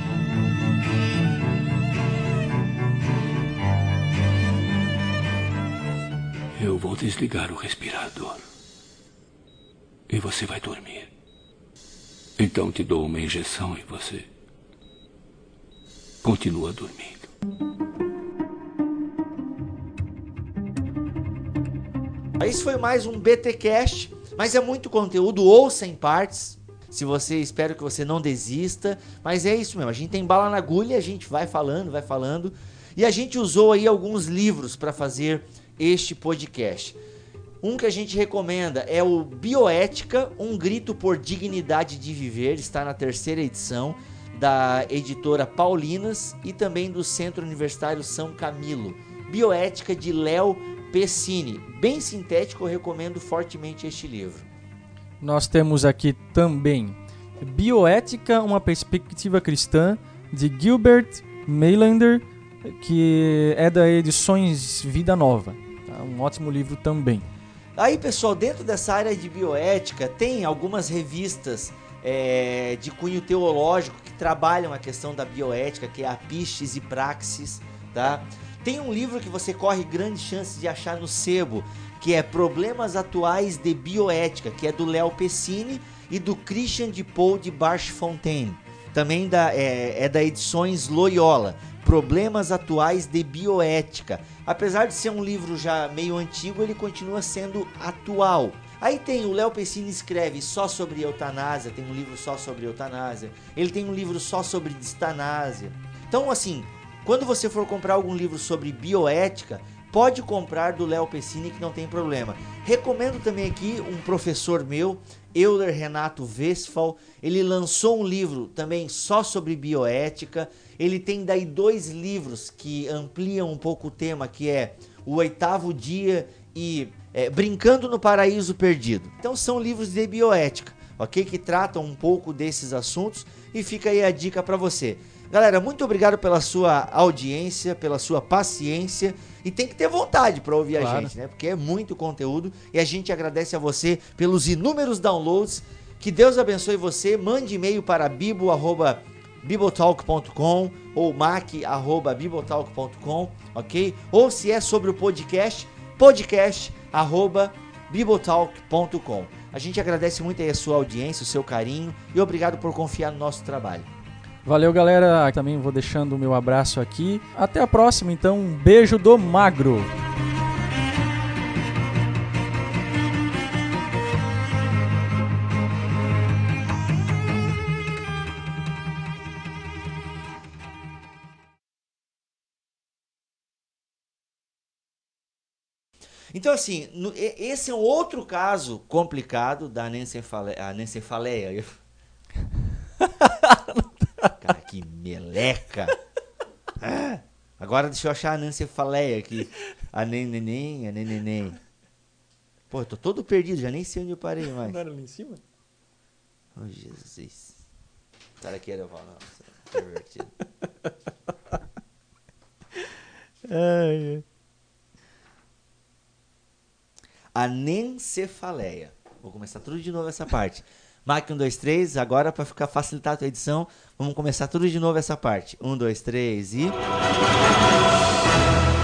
Eu vou desligar o respirador. E você vai dormir. Então te dou uma injeção e você continua dormindo. Isso foi mais um BTcast, mas é muito conteúdo, ouça em partes. Se você, espero que você não desista, mas é isso mesmo, a gente tem bala na agulha, a gente vai falando, e a gente usou aí alguns livros para fazer este podcast. Um que a gente recomenda é o Bioética, um grito por dignidade de viver, está na 3ª edição da editora Paulinas e também do Centro Universitário São Camilo. Bioética de Léo Pessini, bem sintético, eu recomendo fortemente este livro. Nós temos aqui também Bioética, uma perspectiva cristã, de Gilbert Mailander, que é da Edições Vida Nova, tá? Um ótimo livro também. Aí, pessoal, dentro dessa área de bioética, tem algumas revistas de cunho teológico que trabalham a questão da bioética, que é a Pistes e Praxis, tá? Tem um livro que você corre grandes chances de achar no sebo, que é Problemas Atuais de Bioética, que é do Léo Pessini e do Christian de Paul de Barchfontein. Também da Edições Loyola, Problemas Atuais de Bioética. Apesar de ser um livro já meio antigo, ele continua sendo atual. Aí tem o Léo Pessini escreve só sobre eutanásia, tem um livro só sobre eutanásia. Ele tem um livro só sobre distanásia. Então, assim, quando você for comprar algum livro sobre bioética, pode comprar do Léo Pessini que não tem problema. Recomendo também aqui um professor meu, Euler Renato Westphal. Ele lançou um livro também só sobre bioética. Ele tem daí 2 livros que ampliam um pouco o tema, que é O 8º Dia e Brincando no Paraíso Perdido. Então são livros de bioética, ok? Que tratam um pouco desses assuntos e fica aí a dica para você. Galera, muito obrigado pela sua audiência, pela sua paciência e tem que ter vontade para ouvir a gente, né? Porque é muito conteúdo e a gente agradece a você pelos inúmeros downloads. Que Deus abençoe você. Mande e-mail para bibotalk.com ou mac@bibotalk.com, ok? Ou se é sobre o podcast@bibotalk.com. A gente agradece muito aí a sua audiência, o seu carinho e obrigado por confiar no nosso trabalho. Valeu, galera. Também vou deixando o meu abraço aqui. Até a próxima, então. Um beijo do Magro. Então, assim, esse é um outro caso complicado da anencefaleia. Cara, que meleca! Agora deixa eu achar a anencefaleia aqui. A neném. Pô, eu tô todo perdido, já nem sei onde eu parei mais. Não era ali em cima? Oh, Jesus. Será que era eu falar? Nossa, pervertido. Ai. Anencefaleia. Vou começar tudo de novo essa parte. Mac 1, 2, 3. Agora, para ficar facilitar a tua edição, vamos começar tudo de novo essa parte. 1, 2, 3 e...